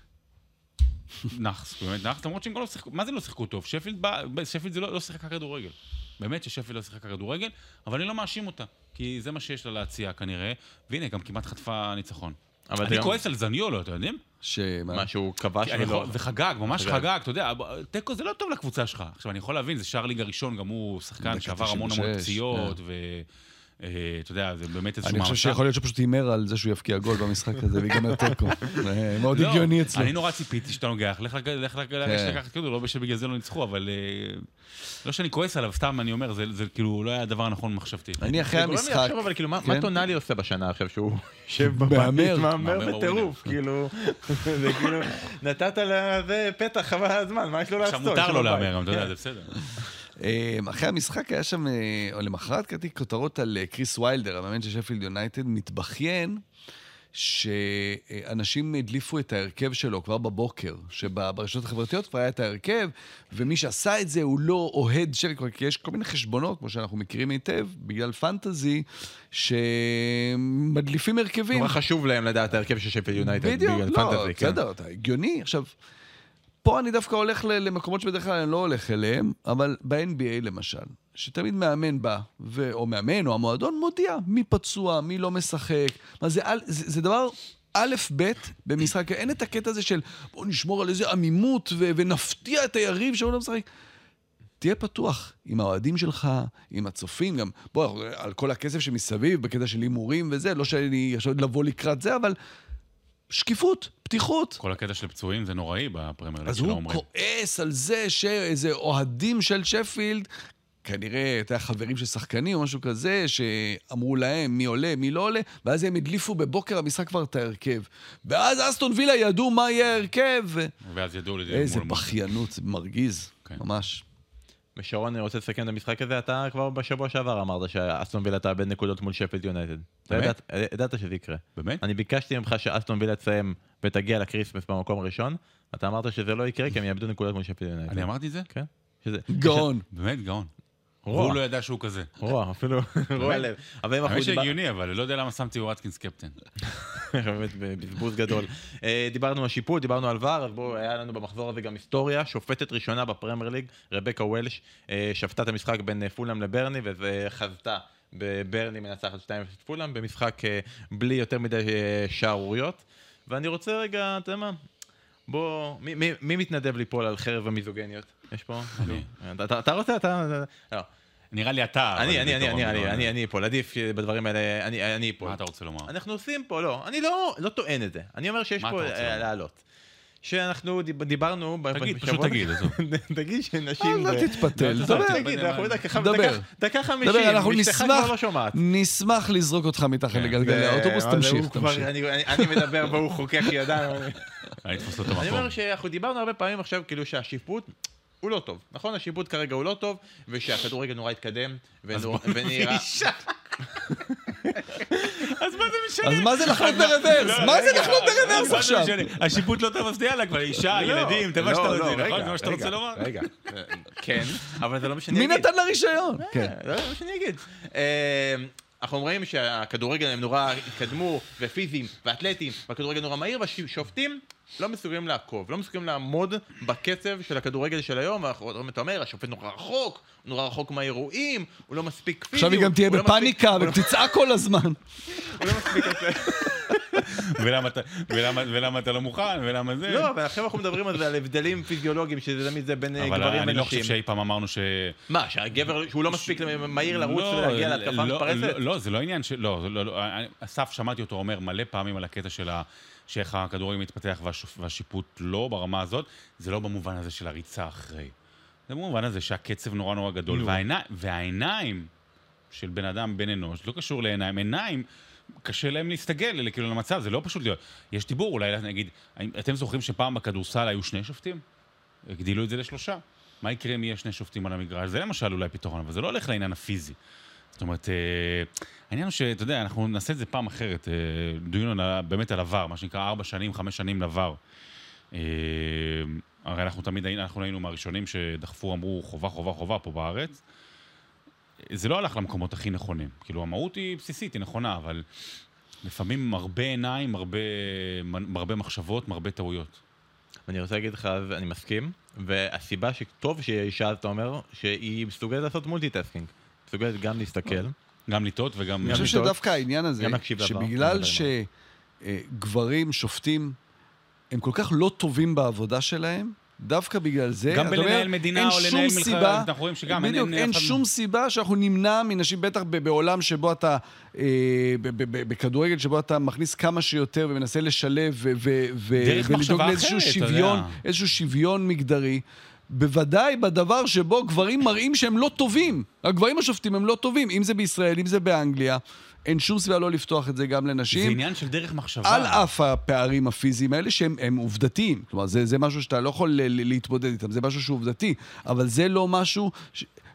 נחס, באמת נחס, למרות שהם גם לא שיחקו, מה זה לא שיחקו טוב? שפילד בא, שפילד זה לא, לא שיחקה כדורגל. באמת ששפילד לא שיחקה כדורגל, אבל אני לא מאשים אותה, כי זה מה שיש לה להציע כנראה, והנה, גם כמעט חטפה ניצחון. אבל אני גם- כועס על זניולו, אתם יודעים? שמה? מה שהוא כבש כי אני ולא... יכול- וחגג, ממש חגג. חגג, אתה יודע, תיקו זה לא טוב לקבוצה שלך. עכשיו, אני יכול להבין, זה שער ליגה ראשון, גם הוא שחקן דקה שעבר המון המון תשעים ושש, פציעות, ואתה יודע, זה באמת איזשהו אני חושב שיכול להיות שפשוט הימר על זה שהוא יפקיע גול במשחק הזה ויגמר תיקו. זה מאוד לא, הגיוני אצלו. אני נורא ציפיתי שאתה נוגח, לך לק- לך לק- לך לקחת כדור, לא שבגלל זה לא ניצחו, אבל אה, לא שאני כועס עליו, סתם אני אומר, זה זה כאילו לא היה הדבר הנכון מחשבתי. אני אחרי זה גורם לי המשחק... לחשוב, אבל כאילו, מה- כן? מה טונאלי עושה בשנה עכשיו שהוא יושב בבית, מהמר. מהמר מהמר בטירוף, כאילו, זה כאילו, נתת לזה פתח חבל הזמן, מה יש לו לעשות? עכשיו מותר לו שבבית? להמר, גם, אתה יודע, זה בסדר. אחרי המשחק היה שם, או למחרת קראתי כותרות על קריס ויילדר, המאמן של שפילד יונייטד, מתבכיין, שאנשים הדליפו את ההרכב שלו כבר בבוקר, שברשתות החברתיות כבר היה את ההרכב, ומי שעשה את זה הוא לא אוהד של, כי יש כל מיני חשבונות, כמו שאנחנו מכירים היטב, בגלל פנטזי, שמדליפים הרכבים. נורא חשוב להם לדעת ההרכב של שפילד יונייטד, בדיוק, בגלל לא, פנטזי. בסדר, אתה הגיוני. עכשיו, פה אני דווקא הולך למקומות שבדרך כלל אני לא הולך אליהם, אבל ב-אן בי איי למשל, שתמיד מאמן בא, ו... או מאמן או המועדון מודיע מי פצוע, מי לא משחק. מה זה, זה, זה דבר א' ב' במשחק, אין את הקטע הזה של בוא נשמור על איזה עמימות ו... ונפתיע את היריב שהוא לא משחק. תהיה פתוח עם האוהדים שלך, עם הצופים, גם בוא, על כל הכסף שמסביב, בקטע של הימורים וזה, לא שאני עכשיו לבוא לקראת זה, אבל שקיפות, פתיחות. כל הקטע של פצועים זה נוראי בפרמייר ליג אז של הוא האומרים. כועס על זה שאיזה אוהדים של שפילד, כנראה, אתה יודע, חברים של שחקנים או משהו כזה, שאמרו להם מי עולה, מי לא עולה, ואז הם הדליפו בבוקר המשחק כבר את ההרכב. ואז אסטון וילה ידעו מה יהיה ההרכב. ואז ידעו לזה. איזה בכיינות, זה מרגיז, ממש. ושרון, אני רוצה לסכם את המשחק הזה, אתה כבר בשבוע שעבר אמרת שאסטון וילה תאבד נקודות מול שפילד יונייטד. באמת? ידעת שזה יקרה. באמת? אני ביקשתי ממך שאסטון וילה תסיים ותגיע לקריסמס במקום הראשון, אתה אמרת שזה לא יקרה כי הם יאבדו נקודות מול שפילד יונייטד. אני אמרתי זה? כן. גאון. באמת גאון. רוע. הוא לא ידע שהוא כזה. רוע, אפילו רוע לב. האמת שהגיוני, אבל לא יודע למה שמתי וואטקינס קפטן. באמת, בזבוז גדול. דיברנו על שיפוט, דיברנו על ור, אז בואו, היה לנו במחזור הזה גם היסטוריה, שופטת ראשונה בפרמייר ליג, רבקה וולש, שפטה את המשחק בין פולאם לברני, וזה חזתה בברני מנצחת שתיים אפס פולאם, במשחק בלי יותר מדי שערוריות. ואני רוצה רגע, אתה יודע מה, בוא, מי, מי, מי מתנדב ליפול על חרב המיזוגניות? יש פה? אני. אתה, אתה רוצה? אתה... לא. נראה לי אתה. אני, אני, אני, אני, אני, אני, אני פה, עדיף בדברים האלה, אני, אני פה. מה אתה רוצה לומר? אנחנו עושים פה, לא, אני לא, לא טוען את זה. אני אומר שיש פה לעלות. שאנחנו דיברנו... תגיד, פשוט תגיד, עזוב. תגיד שנשים... לא תתפתל, דבר. תגיד, אנחנו דבר. דקה חמישים, אשתך כבר לא שומעת. נשמח לזרוק אותך מתחת לגלגלי האוטובוס, תמשיך, תמשיך. אני מדבר, והוא חוקק ידיים. אני אתפוס לו את המקום. אני אומר שאנחנו דיברנו הרבה פעמים עכשיו, כאילו שהשיפוט הוא לא טוב. נכון, השיפוט כרגע הוא לא טוב, ושהכדורגל נורא התקדם, ונראה... אז מה זה משנה? אז מה זה לחנות ברוורס? מה זה לחנות ברוורס עכשיו? השיפוט לא טוב, אז תהיה לה כבר אישה, ילדים, תבע שאתה רוצה, נכון? זה מה שאתה רוצה לומר? רגע, כן, אבל זה לא משנה מי להגיד. נתן לה רישיון? כן. זה לא משנה להגיד. אנחנו אומרים שהכדורגל הם נורא התקדמו, ופיזיים, ואתלטיים, והכדורגל נורא מהיר, והשופטים לא מסוגלים לעקוב, לא מסוגלים לעמוד בקצב של הכדורגל של היום, ואתה אומר, השופט נורא רחוק, הוא נורא רחוק מהאירועים, הוא לא מספיק פיזי. עכשיו היא גם תהיה בפאניקה ותצעק כל הזמן. הוא לא מספיק את זה. ולמה אתה לא מוכן, ולמה זה? לא, אבל עכשיו אנחנו מדברים על זה, על הבדלים פיזיולוגיים, שזה תמיד זה בין גברים ונשים. אבל אני לא חושב שאי פעם אמרנו ש... מה, שהגבר, שהוא לא מספיק מהיר לרוץ ולהגיע להתקפה מתפרצת? לא, זה לא עניין של... לא, אסף, שמעתי אותו אומר מלא פעמים על הקטע של שאיך הכדורגל מתפתח והשיפוט לא ברמה הזאת, זה לא במובן הזה של הריצה אחרי. זה במובן הזה שהקצב נורא נורא גדול, והעיניים של בן אדם, בן אנוש, לא קשור לעיניים, עיניים, קשה להם להסתגל כאילו למצב, זה לא פשוט להיות. יש דיבור, אולי נגיד, אתם זוכרים שפעם בכדורסל היו שני שופטים? הגדילו את זה לשלושה. מה יקרה אם יהיה שני שופטים על המגרש? זה למשל אולי פתרון, אבל זה לא הולך לעניין הפיזי. זאת אומרת, העניין הוא שאתה יודע, אנחנו נעשה את זה פעם אחרת, דיון באמת על עבר, מה שנקרא ארבע שנים, חמש שנים לעבר. הרי אנחנו תמיד, אנחנו היינו מהראשונים שדחפו, אמרו חובה, חובה, חובה פה בארץ. זה לא הלך למקומות הכי נכונים. כאילו, המהות היא בסיסית, היא נכונה, אבל לפעמים הרבה עיניים, הרבה, הרבה מחשבות, הרבה טעויות. אני רוצה להגיד לך, אני מסכים, והסיבה שטוב שהיא אישה, אתה אומר, שהיא מסוגלת לעשות מולטיטסקינג. מסוגלת גם להסתכל. גם לטעות וגם... אני חושב שדווקא העניין הזה, שבגלל שגברים שופטים, הם כל כך לא טובים בעבודה שלהם, דווקא בגלל זה, גם בלנהל מדינה או לנהל מלחמה, אנחנו רואים שגם בדיוק, אין שום סיבה שאנחנו נמנע מנשים, בטח בעולם שבו אתה, בכדורגל שבו אתה מכניס כמה שיותר ומנסה לשלב ולדאוג לאיזשהו שוויון, איזשהו שוויון מגדרי, בוודאי בדבר שבו גברים מראים שהם לא טובים, הגברים השופטים הם לא טובים, אם זה בישראל, אם זה באנגליה, אין שום סיבה לא לפתוח את זה גם לנשים. זה עניין של דרך מחשבה. על אף הפערים הפיזיים האלה שהם עובדתיים. כלומר, זה, זה משהו שאתה לא יכול להתמודד איתם, זה משהו שהוא עובדתי. אבל זה לא משהו... ש...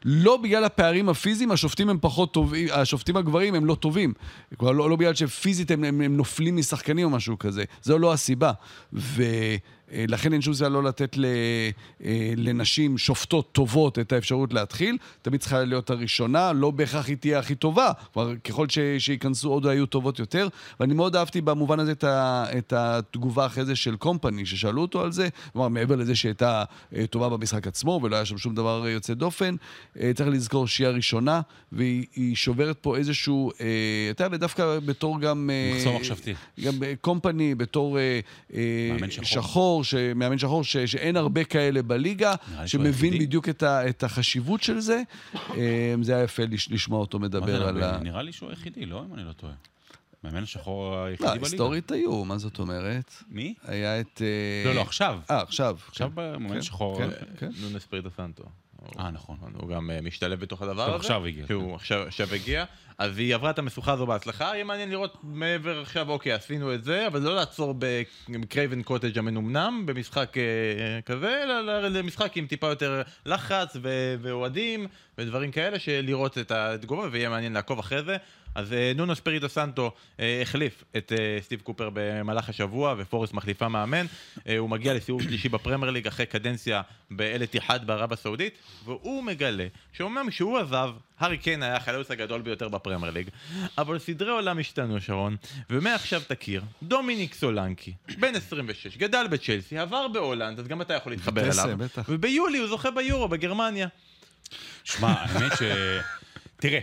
לא בגלל הפערים הפיזיים, השופטים הם פחות טובים, השופטים הגברים הם לא טובים. כלומר, לא, לא בגלל שפיזית הם, הם, הם נופלים משחקנים או משהו כזה. זו לא הסיבה. ולכן אין שום סיבה לא לתת לנשים שופטות טובות את האפשרות להתחיל. תמיד צריכה להיות הראשונה, לא בהכרח היא תהיה הכי טובה. כלומר, ככל ש, שיכנסו עוד היו טובות יותר. ואני מאוד אהבתי במובן הזה את, ה, את התגובה אחרי זה של קומפני, ששאלו אותו על זה. כלומר, מעבר לזה שהייתה טובה במשחק עצמו, ולא היה שם שום דבר יוצא דופן. צריך לזכור שהיא הראשונה, והיא שוברת פה איזשהו, אתה יודע, דווקא בתור גם... מחסום מחשבתי. גם קומפני, בתור שחור, מאמן שחור, שאין הרבה כאלה בליגה, שמבין בדיוק את החשיבות של זה. זה היה יפה לשמוע אותו מדבר על ה... נראה לי שהוא היחידי, לא? אם אני לא טועה. מאמן השחור היחידי בליגה. לא, היסטורית היו, מה זאת אומרת? מי? היה את... לא, לא, עכשיו. אה, עכשיו. עכשיו במאמן שחור... נונס ספיריטו סנטו. אה, נכון. הוא גם משתלב בתוך הדבר הזה. עכשיו הגיע. שהוא עכשיו הגיע. אז היא עברה את המשוכה הזו בהצלחה. יהיה מעניין לראות מעבר עכשיו, אוקיי, עשינו את זה, אבל לא לעצור בקרייבן קוטג' המנומנם, במשחק כזה, אלא למשחק עם טיפה יותר לחץ ואוהדים ודברים כאלה, שלראות את התגובה, ויהיה מעניין לעקוב אחרי זה. אז נונו ספיריטו סנטו החליף את סטיב קופר במהלך השבוע, ופורס מחליפה מאמן. הוא מגיע לסיבוב שלישי בפרמייר ליג אחרי קדנציה באל איתיחאד בערב הסעודית, והוא מגלה שאומנם שהוא עזב, הארי קיין היה החלוץ הגדול ביותר בפרמייר ליג, אבל סדרי עולם השתנו, שרון, ומעכשיו תכיר, דומיניק סולנקי, בן עשרים ושש, גדל בצ'לסי, עבר בהולנד, אז גם אתה יכול להתחבר אליו. וביולי הוא זוכה ביורו בגרמניה. שמע, האמת ש... תראה,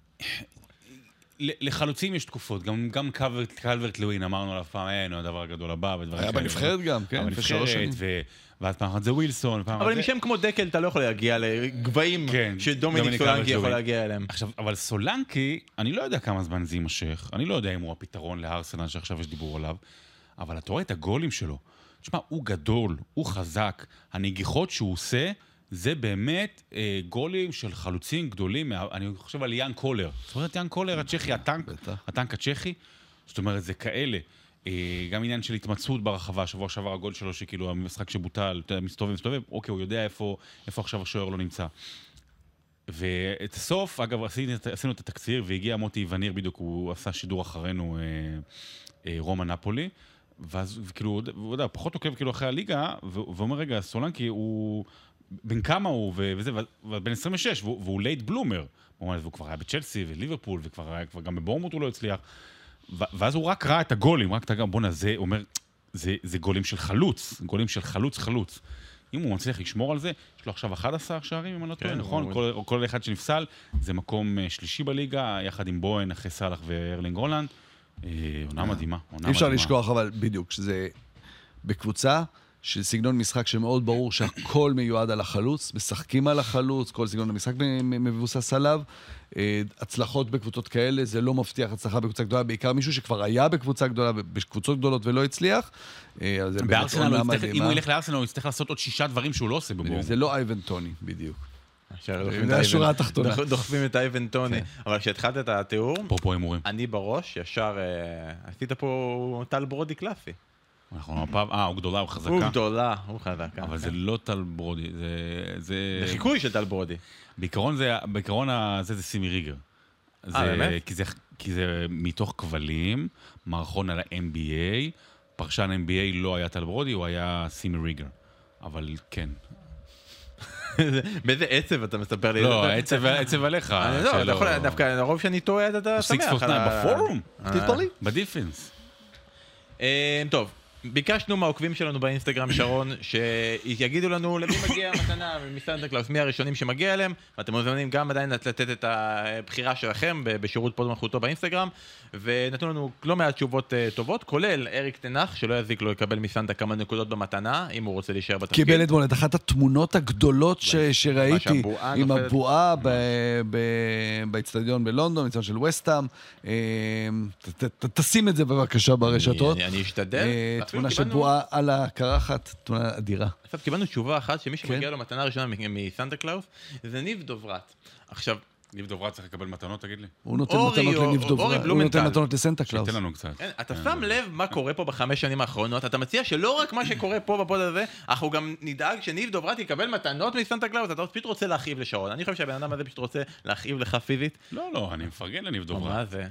לחלוצים יש תקופות, גם, גם קלברט לווין, אמרנו עליו פעם, אין, הוא הדבר הגדול הבא, ודברים היה בנבחרת גם, כן, בנבחרת, ואז פעם אחת זה ווילסון, פעם אבל משם כמו דקל, אתה לא יכול להגיע לגבהים שדומיניק סולנקי יכול להגיע אליהם. עכשיו, אבל סולנקי, אני לא יודע כמה זמן זה יימשך, אני לא יודע אם הוא הפתרון לארסנל שעכשיו יש דיבור עליו, אבל אתה רואה את הגולים שלו, תשמע, הוא גדול, הוא חזק, הנגיחות שהוא עושה, זה באמת אה, גולים של חלוצים גדולים, אני חושב על יאן קולר. זאת אומרת, יאן קולר, הצ'כי, הטנק, הטנק הצ'כי, זאת אומרת, זה כאלה. אה, גם עניין של התמצאות ברחבה, שבוע שעבר הגול שלו, שכאילו המשחק שבוטל, מסתובב, מסתובב, אוקיי, הוא יודע איפה, איפה עכשיו השוער לא נמצא. ואת הסוף, אגב, עשינו, עשינו את התקציר, והגיע מוטי וניר, בדיוק, הוא עשה שידור אחרינו, אה, אה, רומא נפולי, ואז, כאילו, הוא יודע, פחות עוקב כאילו אחרי הליגה, ואומר, רגע, סולנקי הוא... בין כמה הוא, וזה, ובן עשרים ושש, והוא לייט בלומר. והוא כבר היה בצ'לסי וליברפול, וכבר היה, כבר גם בבורמוט הוא לא הצליח. ואז הוא רק ראה את הגולים, רק את הגולים, בוא נזה, הוא אומר, זה, זה גולים של חלוץ, גולים של חלוץ חלוץ. אם הוא מצליח לשמור על זה, יש לו עכשיו אחד עשר שערים, אם אני לא טועה, נכון? כל, כל אחד שנפסל, זה מקום שלישי בליגה, יחד עם בוהן, אחרי סלח וארלינג הולנד. עונה מדהימה. אי אפשר לשכוח, אבל בדיוק, שזה בקבוצה, של סגנון משחק שמאוד ברור שהכל מיועד על החלוץ, משחקים על החלוץ, כל סגנון המשחק מבוסס עליו. הצלחות בקבוצות כאלה, זה לא מבטיח הצלחה בקבוצה גדולה, בעיקר מישהו שכבר היה בקבוצה גדולה, בקבוצות גדולות ולא הצליח. בארסנל, אם הוא ילך לארסנל, הוא יצטרך לעשות עוד שישה דברים שהוא לא עושה בבורמוט. זה לא אייבן טוני, בדיוק. זה השורה התחתונה. דוחפים את אייבן טוני. אבל כשהתחלת את התיאור, אני בראש, ישר עשית פה טל ברודי קלאסי. נכון, הפעם, אה, הוא גדולה, הוא חזקה. הוא גדולה, הוא חזקה. אבל זה לא טל ברודי, זה... זה חיקוי של טל ברודי. בעיקרון זה, בעיקרון הזה זה סימי ריגר. אה, באמת? כי זה מתוך כבלים, מערכון על ה-אם בי איי, פרשן אם בי איי לא היה טל ברודי, הוא היה סימי ריגר. אבל כן. באיזה עצב אתה מספר לי? לא, עצב עליך. לא, אתה יכול, דווקא הרוב שאני טועה, אתה שמח. בפורום. תתפרלי. בדיפנס. טוב. ביקשנו מהעוקבים שלנו באינסטגרם, שרון, שיגידו לנו למי מגיע המתנה מסנטה קלאוס, מי הראשונים שמגיע אליהם, ואתם מוזמנים גם עדיין לתת את הבחירה שלכם בשירות פוד מלכותו באינסטגרם, ונתנו לנו לא מעט תשובות טובות, כולל אריק תנח, שלא יזיק לו לקבל מסנטה כמה נקודות במתנה, אם הוא רוצה להישאר בתפקיד. קיבל אתמול את אחת התמונות הגדולות שראיתי, עם הבועה באצטדיון בלונדון, מצד של וסטהאם. תשים את זה בבקשה ברשתות. אני אשתדל. תמונה של בועה על הקרחת, תמונה אדירה. עכשיו, קיבלנו תשובה אחת שמי שמגיע לו מתנה ראשונה מסנטה קלאוס, זה ניב דוברת. עכשיו, ניב דוברת צריך לקבל מתנות, תגיד לי. הוא נותן אורי, מתנות או- לניב אורי דוברת, הוא בלומנטל. נותן מתנות לסנטה קלאוס. שתן לנו קצת. כן, אתה שם לב מה קורה פה בחמש שנים האחרונות, אתה מציע שלא רק מה שקורה פה בפוד הזה, אנחנו גם נדאג שניב דוברת יקבל מתנות מסנטה קלאוס, אתה פשוט רוצה להכאיב לשרון. אני חושב שהבן אדם הזה פשוט רוצה להכאיב לך פיזית. לא, לא, אני מפרגן לניב מה דוברת. זה?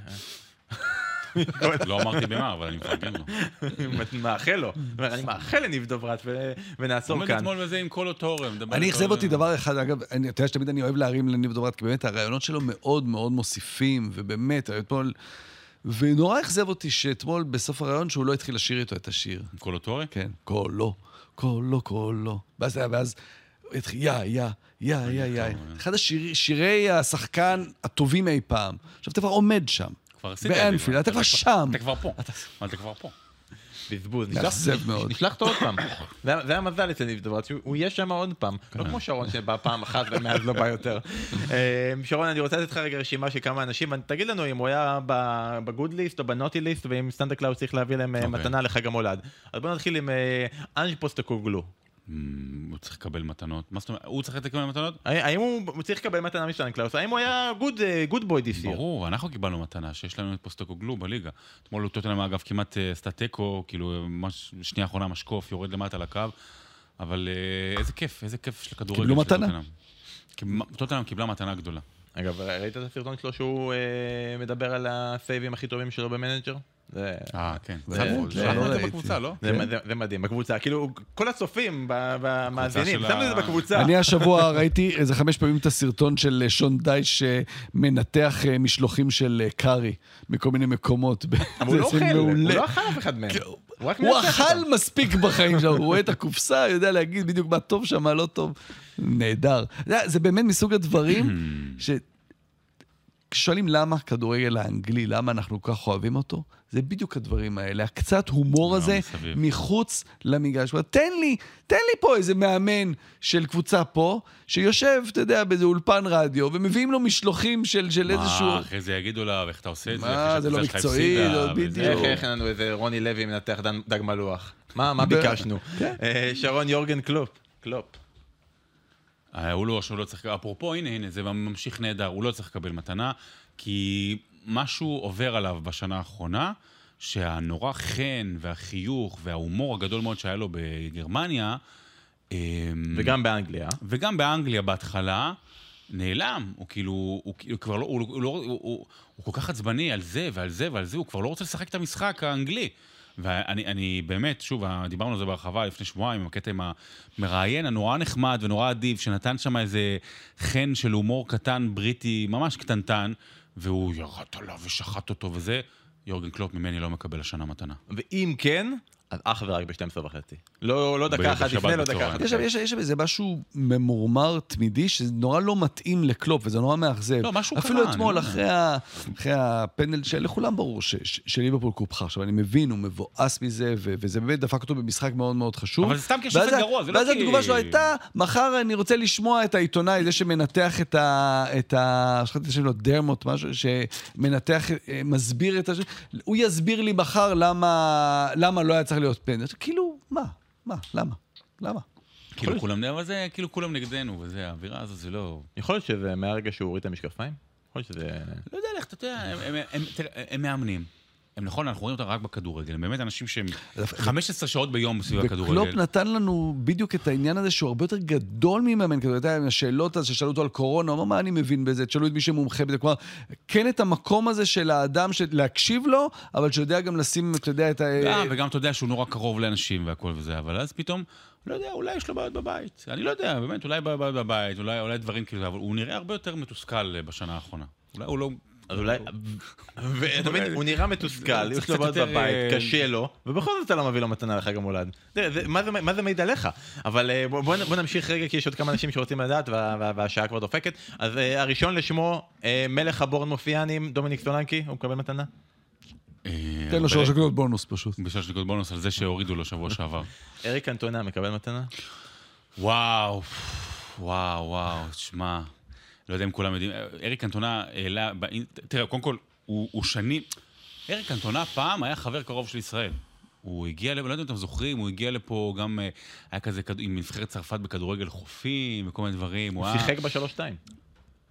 לא אמרתי במה, אבל אני מפרגן לו. מאחל לו. אני מאחל לניב דוברת ו- ונעצור עומד כאן. אתמול וזה עם כל התורם. אני אכזב אותי דבר אחד, אגב, אני- אתה יודע שתמיד אני אוהב להרים לניב דוברת, כי באמת הרעיונות שלו מאוד מאוד מוסיפים, ובאמת, אתמול, ונורא אכזב אותי שאתמול בסוף הרעיון שהוא לא התחיל לשיר איתו את השיר. כל התורם? כן, קולו, קולו, קולו. ואז היה, ואז, הוא התחיל, יא, יא, יא, יא, יא. אחד השירי השחקן הטובים אי פעם. עכשיו אתה כבר עומד שם. כבר עשית את זה. באנפילד, אתה כבר שם. אתה כבר פה. אבל אתה כבר פה. בזבוז. מאכזב מאוד. נשלח אותו עוד פעם. זה זה המזל אצל ניב דוברת, שהוא יהיה שם עוד פעם. לא כמו שרון שבא פעם אחת ומאז לא בא יותר. אה, שרון, אני רוצה לתת לך רגע רשימה של כמה אנשים, תגיד לנו אם הוא היה בגוד ליסט או בנוטי ליסט, ואם סטנדה קלאוס צריך להביא להם אוקיי. מתנה לחג המולד. אז בוא נתחיל עם אה, אנג' פוסטקוגלו. הוא צריך לקבל מתנות. מה זאת אומרת? הוא צריך לקבל מתנות? האם הוא צריך לקבל מתנה מסטנדה קלאוס? האם הוא היה גוד בוי דיס ייר? ברור, אנחנו קיבלנו מתנה, שיש לנו את פוסטקוגלו בליגה. אתמול הוא טוטנהאם אגב כמעט סטטקו, כאילו ממש שנייה האחרונה משקוף, יורד למטה לקו, אבל אה, איזה כיף, איזה כיף של הכדורגל. קיבלו של מתנה. טוטנהאם. טוטנהאם קיבלה מתנה גדולה. אגב, ראית את הסרטון שלו שהוא אה, מדבר על הסייבים הכי טובים שלו במנג'ר? זה... אה, כן. זה- זה זה- שלחנו את זה ראיתי. בקבוצה, לא? זה, זה, זה מדהים, בקבוצה, כאילו כל הצופים, ב- במאזינים, של שמנו את ה- זה בקבוצה. אני השבוע ראיתי איזה חמש פעמים את הסרטון של שון דייש שמנתח אה, משלוחים של אה, קארי מכל מיני מקומות. אבל הוא לא זה אוכל, הוא מעולה. לא אכל אף אחד מהם. הוא רק הוא מנתח אכל אותם. מספיק בחיים שלו, הוא רואה את הקופסה, יודע להגיד בדיוק מה טוב שם, מה לא טוב. נהדר. זה, זה באמת מסוג הדברים ש... כששואלים למה כדורגל האנגלי, למה אנחנו כל כך אוהבים אותו, זה בדיוק הדברים האלה. הקצת הומור לא, הזה מסביב. מחוץ למגרש. תן לי, תן לי פה איזה מאמן של קבוצה פה, שיושב, אתה יודע, באיזה אולפן רדיו, ומביאים לו משלוחים של, של איזשהו... מה, אחרי זה יגידו לה, ואיך אתה עושה את זה? מה, אחרי זה לא שהקבוצה שלך מקצועי, הפסידה, לא, וזה. בדיוק. איך איך אין לנו איזה רוני לוי מנתח דן- דג מלוח? מה מה ב- ביקשנו? כן. אה, שרון יורגן קלופ. קלופ. אה, הוא לא, שהוא לא צריך... אפרופו, הנה, הנה, זה ממשיך נהדר, הוא לא צריך לקבל מתנה, כי משהו עובר עליו בשנה האחרונה, שהנורא חן והחיוך וההומור הגדול מאוד שהיה לו בגרמניה, אמ, וגם באנגליה. וגם באנגליה בהתחלה, נעלם. הוא כאילו, הוא, הוא כבר לא, הוא, הוא, לא, הוא, הוא, הוא כל כך עצבני על זה ועל זה ועל זה, הוא כבר לא רוצה לשחק את המשחק האנגלי. ואני אני באמת, שוב, דיברנו על זה בהרחבה לפני שבועיים, עם הקטע עם המראיין הנורא נחמד ונורא אדיב, שנתן שם איזה חן של הומור קטן בריטי, ממש קטנטן, והוא ירד עליו ושחט אותו וזה, יורגן קלופ ממני לא מקבל השנה מתנה. ואם כן, אז אך ורק ב-שתים עשרה וחצי. לא לא דקה אחת בשבת לפני, לא בצהריים. דקה אחת. יש שם, יש, יש שם איזה משהו ממורמר תמידי, שזה נורא לא מתאים לקלופ, וזה נורא מאכזב. לא, משהו אפילו קרה, אתמול, אני לא אחרי, ה, אחרי הפנדל, שלכולם ברור ש- ש- שליברפול קופחה. עכשיו, אני מבין, הוא מבואס מזה, ו- וזה באמת דפק אותו במשחק מאוד מאוד חשוב. אבל זה סתם כשופט ואז ה- גרוע, זה לא ואז כי- התגובה שלו הייתה, מחר אני רוצה לשמוע את העיתונאי, זה שמנתח את ה... את ה... שכחתי את השם לו, דרמוט, משהו, שמנתח, אה, מסביר את השם, הוא יסביר לי מחר למה, למה לא היה צריך להיות פנדל. כאילו, מה? מה? למה? למה? כאילו כולם, אבל זה כאילו כולם נגדנו, וזה, האווירה הזו זה לא... יכול להיות שזה מהרגע שהוא הוריד את המשקפיים? יכול להיות שזה... לא יודע, לך, אתה יודע, הם, הם, הם, תראה, הם מאמנים. הם נכון, אנחנו רואים אותם רק בכדורגל, הם באמת אנשים שהם חמש עשרה שעות ביום סביב וקלופ הכדורגל. נתן לנו בדיוק את העניין הזה שהוא הרבה יותר גדול ממאמן, כדורגל, אתה יודע, עם השאלות אז ששאלו אותו על קורונה, הוא אמר, מה אני מבין בזה? תשאלו את מי שמומחה בזה, כלומר, כן את המקום הזה של האדם להקשיב לו, אבל שיודע גם לשים, אתה יודע, את ה... גם, וגם אתה יודע שהוא נורא קרוב לאנשים והכל וזה, אבל אז פתאום, לא יודע, אולי יש לו בעיות בבית. אני לא יודע, באמת, אולי בעיות בבית, אולי, אולי דברים כאילו, אבל הוא נראה הרבה יותר מתוסכל בשנה האחרונה. אולי הוא לא... אז אולי... ואתה מבין, הוא נראה מתוסכל, יש קצת לו בעיות יותר, בבית, אה, קשה לו, ובכל זאת אתה לא מביא לו מתנה לחג המולד. תראה, זה- מה זה- מה זה מעיד עליך? אבל אה, בוא- בוא בוא נמשיך רגע, כי יש עוד כמה אנשים שרוצים לדעת, וה- וה- והשעה כבר דופקת. אז אה, הראשון לשמו, אה, מלך הבורן מופיאנים, דומיניק סולנקי, הוא מקבל מתנה? תן לו שלוש נקודות בונוס פשוט. בשלוש נקודות בונוס על זה שהורידו לו שבוע שעבר. אריק אנטונה מקבל מתנה? וואו, וואו, וואו, תשמע, לא יודע אם כולם יודעים, אריק אנטונה העלה, באינ- תראה, קודם כל, הוא, הוא שנים, אריק אנטונה פעם היה חבר קרוב של ישראל. הוא הגיע לפה, לא יודע אם אתם זוכרים, הוא הגיע לפה גם, אה, היה כזה כד- עם נבחרת צרפת בכדורגל חופים וכל מיני דברים. הוא היה- שיחק בשלוש שתיים.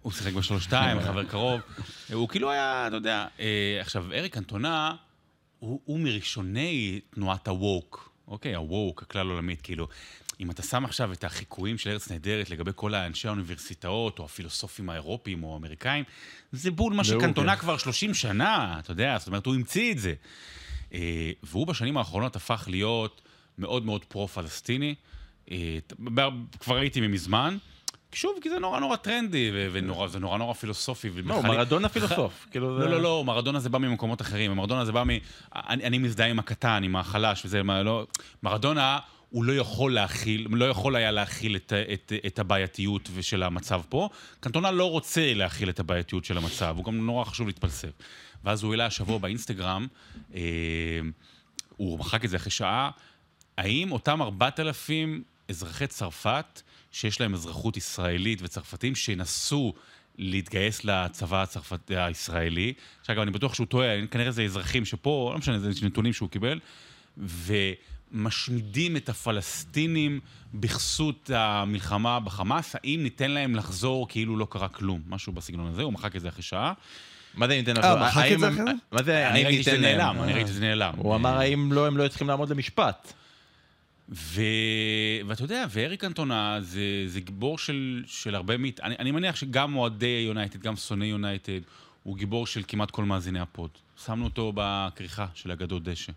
הוא שיחק בשלוש שתיים, חבר קרוב. הוא כאילו היה, אתה יודע, עכשיו, אריק אנטונה, הוא, הוא מראשוני תנועת הווק. אוקיי, הווק, הכלל עולמית, כאילו, אם אתה שם עכשיו את החיקויים של ארץ נהדרת לגבי כל האנשי האוניברסיטאות, או הפילוסופים האירופיים או האמריקאים, זה בול מה שקנטונה כבר שלושים שנה, אתה יודע, זאת אומרת, הוא המציא את זה. והוא בשנים האחרונות הפך להיות מאוד מאוד פרו-פלסטיני, כבר ראיתי ממזמן, שוב, כי זה נורא נורא טרנדי, וזה נורא נורא פילוסופי. לא, מרדונה פילוסוף. לא, לא, לא, מרדונה זה בא ממקומות אחרים, מרדונה זה בא מ... אני מזדהה עם הקטן, עם החלש, וזה לא... מרדונה, הוא לא יכול להכיל, לא יכול היה להכיל את, את, את הבעייתיות של המצב פה. קנטונה לא רוצה להכיל את הבעייתיות של המצב, הוא גם נורא חשוב להתפלסף. ואז הוא העלה השבוע באינסטגרם, אה, הוא מחק את זה אחרי שעה, האם אותם ארבעת אלפים אזרחי צרפת, שיש להם אזרחות ישראלית וצרפתים, שינסו להתגייס לצבא הצרפת הישראלי, שאגב, אני בטוח שהוא טועה, כנראה זה אזרחים שפה, לא משנה, זה נתונים שהוא קיבל, ומשמידים את הפלסטינים בחסות המלחמה בחמאס, האם ניתן להם לחזור כאילו לא קרה כלום, משהו בסגנון הזה, הוא מחק את זה אחרי שעה. מה זה ניתן לחזור? אה, מחק את זה אחרי? מה זה, אני ראיתי שזה נעלם, אני ראיתי שזה נעלם. הוא אמר, האם לא, הם לא צריכים לעמוד למשפט. ו... ואתה יודע, ואריק אנטונה זה, זה גיבור של, של הרבה מיט... אני, אני מניח שגם אוהדי יונייטד, גם שונאי יונייטד, הוא גיבור של כמעט כל מאזיני הפוד. שמנו אותו בכריכה של אגדות דשא.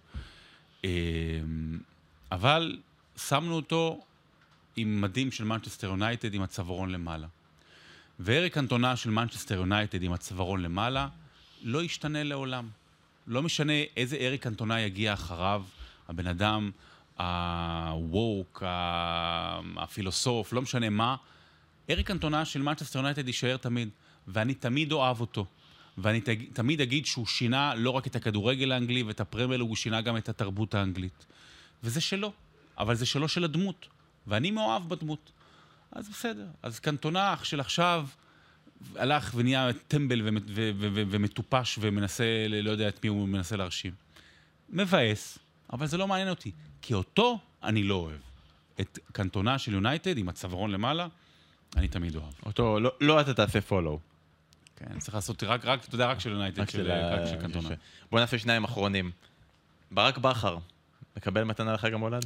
אבל שמנו אותו עם מדים של מנצ'סטר יונייטד עם הצווארון למעלה. ואריק אנטונה של מנצ'סטר יונייטד עם הצווארון למעלה לא ישתנה לעולם. לא משנה איזה אריק אנטונה יגיע אחריו, הבן אדם... הווק, הפילוסוף, לא משנה מה, אריק אנטונה של מנצ'סטר יונייטד יישאר תמיד, ואני תמיד אוהב אותו, ואני תמיד אגיד שהוא שינה לא רק את הכדורגל האנגלי ואת הפרמייר, הוא שינה גם את התרבות האנגלית. וזה שלו, אבל זה שלו של הדמות, ואני מאוהב בדמות. אז בסדר, אז קנטונה של עכשיו הלך ונהיה טמבל ומטופש ומנסה, לא יודע את מי הוא מנסה להרשים. מבאס, אבל זה לא מעניין אותי. כי אותו אני לא אוהב. את קנטונה של יונייטד עם הצווארון למעלה, אני תמיד אוהב. אותו, לא, לא אתה תעשה פולו. כן, צריך לעשות רק, רק, אתה יודע, רק של יונייטד, של, רק של קנטונה. בוא נעשה שניים אחרונים. ברק בכר, מקבל מתנה לחג המולד?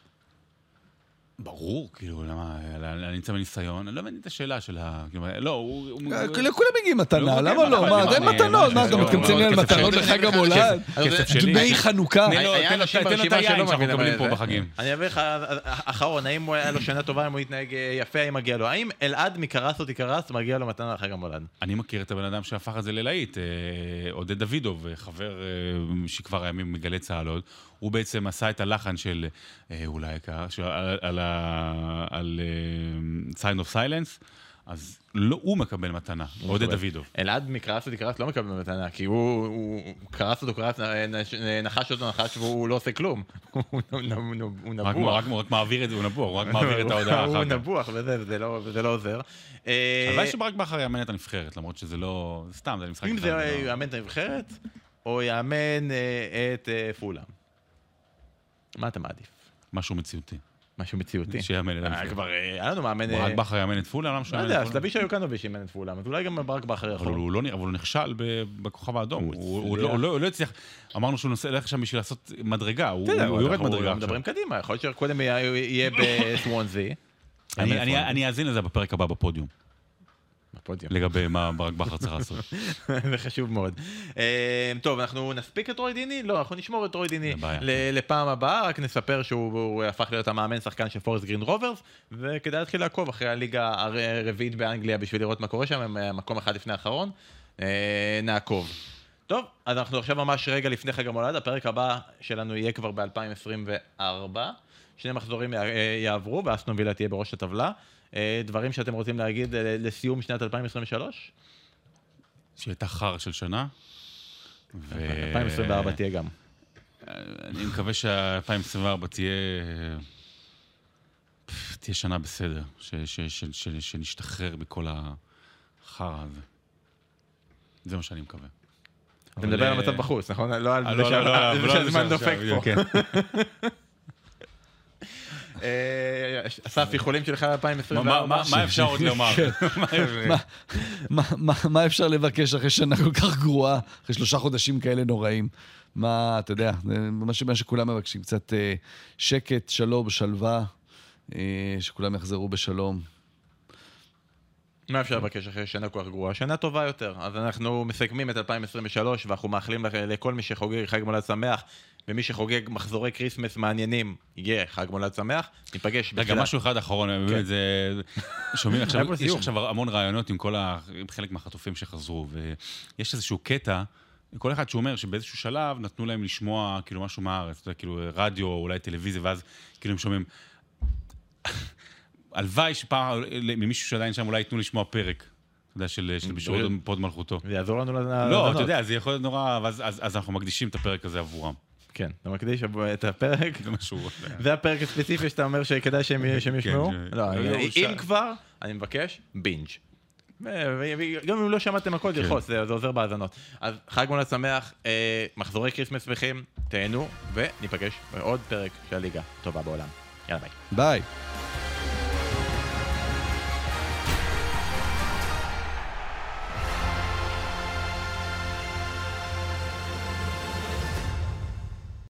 ברור, כאילו, למה, אני נמצא בניסיון, אני לא מבין את השאלה של ה... לא, הוא... לכולם מגיעים מתנה, למה לא? מה, אין מתנות, מה, אתה מתקמצן לי על מתנות לחג המולד? כסף שלי. דמי חנוכה. תן לו את היין שאנחנו מקבלים פה בחגים. אני אביא לך, אחרון, האם הוא היה לו שנה טובה, אם הוא יתנהג יפה, האם מגיע לו? האם אלעד מקרס או תקרס, מגיע לו מתנה לחג המולד? אני מכיר את הבן אדם שהפך את זה ללהיט, עודד דוידוב, חבר שכבר הימים מגלי צהל עוד, הוא בעצם עשה את הלחן של, אולי על על Sign of Silence, אז הוא מקבל מתנה, עודד דוידוב. אלעד מקרס ותקרס לא מקבל מתנה, כי הוא קרס אותו, קרס, נחש אותו נחש, והוא לא עושה כלום. הוא נבוח. רק מעביר את זה, הוא נבוח, הוא רק מעביר את ההודעה אחר כך. הוא נבוח, וזה לא עוזר. הלוואי שברק בכר יאמן את הנבחרת, למרות שזה לא... סתם, זה משחק... אם זה יאמן את הנבחרת, או יאמן את פולאם. מה אתה מעדיף? משהו מציאותי. משהו מציאותי. שיאמן את הנבחרת. כבר, היה לנו מאמן... ברק בכר יאמן את פולאם? למה שיאמן את פולאם? לא יודע, סלבישה יוקנוביץ' יאמן את פולאם, אז אולי גם ברק בכר יכול. אבל הוא נכשל בכוכב האדום. הוא לא הצליח... אמרנו שהוא נוסע לך שם בשביל לעשות מדרגה, הוא יורד מדרגה עכשיו. מדברים קדימה, יכול להיות שקודם יהיה בסוונזי. אני אאזין לזה בפרק הבא בפודיום. בפודיום. לגבי מה ברק בכר צריך לעשות. זה חשוב מאוד. טוב, אנחנו נספיק את רוי דיני? לא, אנחנו נשמור את רוי דיני לפעם הבאה, רק נספר שהוא הפך להיות המאמן שחקן של פורסט גרין רוברס, וכדאי להתחיל לעקוב אחרי הליגה הרביעית באנגליה בשביל לראות מה קורה שם, מקום אחד לפני האחרון. נעקוב. טוב, אז אנחנו עכשיו ממש רגע לפני חג המולד, הפרק הבא שלנו יהיה כבר ב-אלפיים עשרים וארבע, שני מחזורים יעברו, ואסטון וילה תהיה בראש הטבלה. דברים שאתם רוצים להגיד לסיום שנת אלפיים עשרים ושלוש? שהייתה חר של שנה. אלפיים עשרים וארבע תהיה גם. אני מקווה ש-אלפיים עשרים וארבע תהיה... תהיה שנה בסדר, שנשתחרר בכל החר הזה. זה מה שאני מקווה. אתה מדבר על המצב בחוץ, נכון? לא על זה שהזמן דופק פה. אסף, איחולים שלך ב-אלפיים עשרים מה- וארבע? מה מה אפשר עוד לומר? מה- מה- מה- מה אפשר לבקש אחרי שנה כל כך גרועה, אחרי שלושה חודשים כאלה נוראים? מה, אתה יודע, זה מה ש- מה שכולם מבקשים, קצת אה, שקט, שלום, שלווה, אה, שכולם יחזרו בשלום. מה אפשר לבקש אחרי שנה כל כך גרועה? שנה טובה יותר. אז אנחנו מסכמים את אלפיים עשרים ושלוש, ואנחנו מאחלים לכ- לכל מי שחוגג חג מולד שמח, ומי שחוגג מחזורי כריסמס מעניינים, יהיה חג מולד שמח. ניפגש רגע, משהו אחד אחרון, באמת, זה... שומעים היה עכשיו, פה יש סיום. עכשיו המון רעיונות עם כל ה... עם חלק מהחטופים שחזרו, ויש איזשהו קטע, כל אחד שאומר שבאיזשהו שלב נתנו להם לשמוע כאילו משהו מהארץ, אתה יודע, כאילו רדיו, אולי טלוויזיה, ואז כאילו הם שומעים... הלוואי שפעם, ממישהו שעדיין שם אולי ייתנו לשמוע פרק, אתה יודע, של של בשירות פוד מלכותו. זה יעזור לנו לזנות. לא, אתה יודע, זה יכול להיות נורא, ואז אז- אז אנחנו מקדישים את הפרק הזה עבורם. כן, אתה מקדיש את הפרק. זה משהו... זה הפרק הספציפי שאתה אומר שכדאי שהם שהם ישמעו? ש- לא, לא, אם ש- כבר, אני מבקש, בינג'. גם אם לא שמעתם הכל, תלחוץ, זה זה עוזר בהאזנות. אז חג מולד שמח, אה, מחזורי כריסמס שמחים, תהנו, וניפגש בעוד פרק של הליגה טובה בעולם. יאללה ביי. ביי.